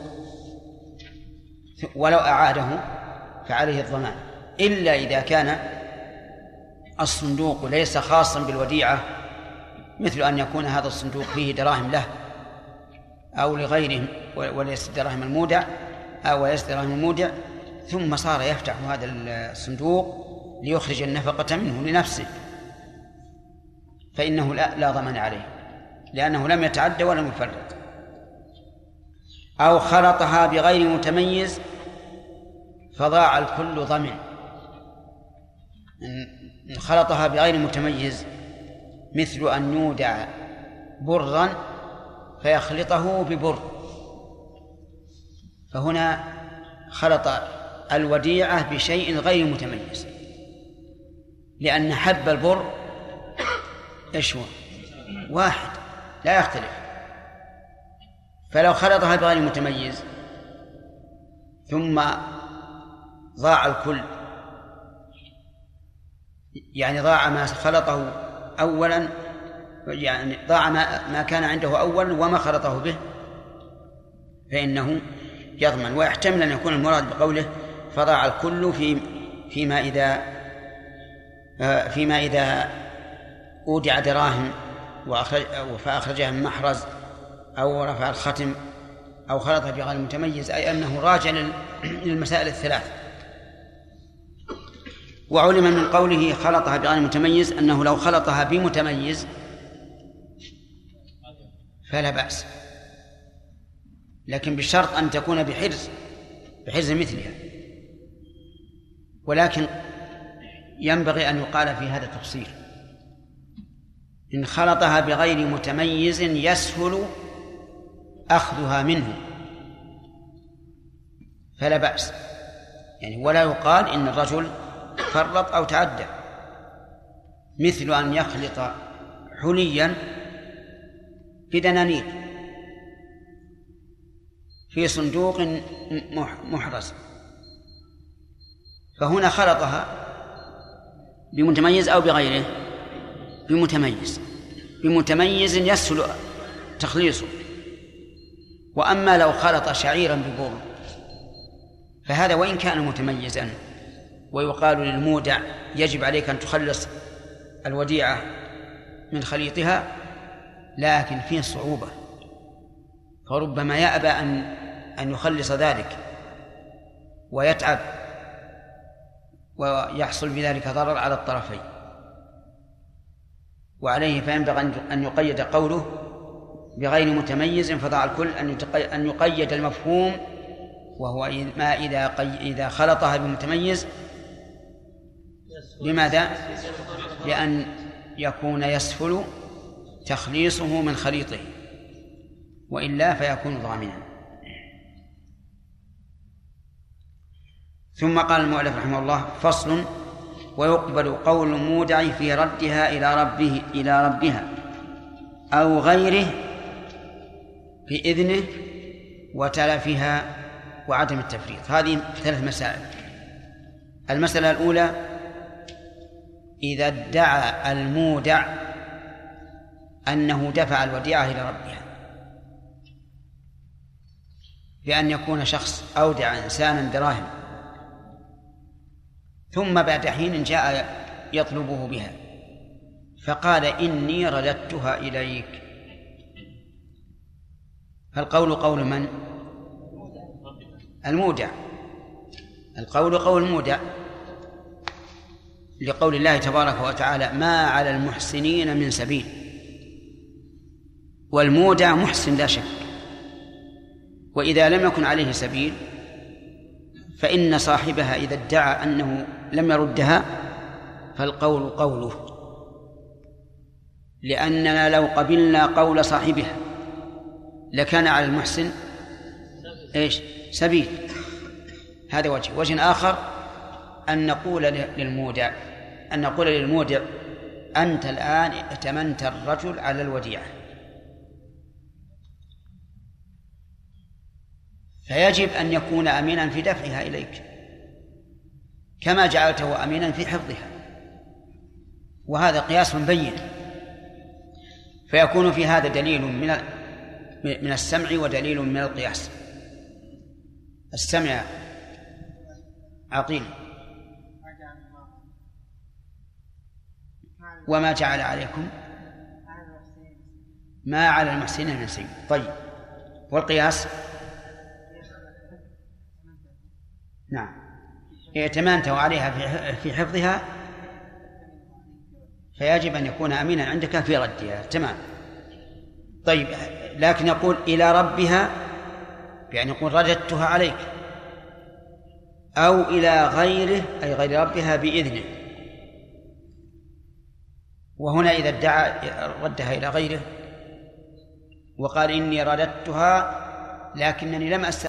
ولو أعاده فعليه الضمان، إلا إذا كان الصندوق ليس خاصا بالوديعة، مثل أن يكون هذا الصندوق فيه دراهم له أو لغيره وليس دراهم المودع أو ليس دراهم المودع، ثم صار يفتح هذا الصندوق ليخرج النفقة منه لنفسه، فإنه لا ضمان عليه لأنه لم يتعدى ولم يفرط. أو خلطها بغير متميز فضاع الكل ضمن. إن خلطها بغير متميز مثل أن يودع برا فيخلطه ببر، فهنا خلط الوديعة بشيء غير متميز، لأن حب البر إيش هو؟ واحد لا يختلف. فلو خلطها بغير متميز ثم ضاع الكل، يعني ضاع ما خلطه أولا، يعني ضاع ما كان عنده أولا وما خلطه به، فإنه يضمن. ويحتمل أن يكون المراد بقوله فضاع الكل فيما إذا أودع دراهم فأخرجها من محرز أو رفع الختم أو خلطها بغير متميز، أي أنه راجع للمسائل الثلاث. وعلم من قوله خلطها بغير متميز أنه لو خلطها بمتميز فلا بأس، لكن بالشرط أن تكون بحرز مثلها. ولكن ينبغي أن يقال في هذا التفصيل: إن خلطها بغير متميز يسهل أخذها منه فلا بأس، يعني ولا يقال إن الرجل فرط أو تعدى، مثل أن يخلط حليا بدنانير في صندوق محرز، فهنا خلطها بمتميز أو بغيره، بمتميز يسهل تخليصه. وأما لو خلط شعيرا ببر فهذا وإن كان متميزا ويقال للمودع يجب عليك أن تخلص الوديعة من خليطها، لكن فيه صعوبة، فربما يأبى أن يخلص ذلك ويتعب ويحصل بذلك ضرر على الطرفين. وعليه فينبغي أن يقيد قوله بغير متميز فضاع الكل، أن يقيد المفهوم، وهو ما إذا خلطها بمتميز. لماذا؟ لأن يكون يسهل تخليصه من خليطه، وإلا فيكون ضامنا. ثم قال المؤلف رحمه الله: فصل: ويقبل قول المودع في ردها إلى ربها أو غيره بإذنه وتلفها وعدم التفريط. هذه 3 مسائل. المسألة الأولى: إذا ادعى المودع أنه دفع الوديعة إلى ربها، بأن يكون شخص أودع إنسانا دراهم ثم بعد حين جاء يطلبه بها فقال: إني رددتها إليك. فالقول قول من؟ المودع. القول قول المودع، لقول الله تبارك وتعالى ما على المحسنين من سبيل، والمودع محسن لا شك، وإذا لم يكن عليه سبيل فإن صاحبها إذا ادعى أنه لم يردها فالقول قوله، لأننا لو قبلنا قول صاحبها لكان على المحسن إيش؟ سبيل. هذا وجه آخر أن نقول للمودع أنت الآن ائتمنت الرجل على الوديعة، فيجب أن يكون أمينا في دفعها إليك كما جعلته أمينا في حفظها، وهذا قياس بين، فيكون في هذا دليل من السمع ودليل من القياس. السمع عقيل. وما جعل عليكم ما على المحسنين من سبيل. طيب، والقياس؟ نعم، ائتمنته عليها في حفظها فيجب أن يكون أمينا عندك في ردها. تمام. طيب، لكن يقول إلى ربها، يعني يقول رددتها عليك، أو إلى غيره أي غير ربها بإذنه. وهنا إذا ادعى ردها إلى غيره وقال إني رددتها لكنني لم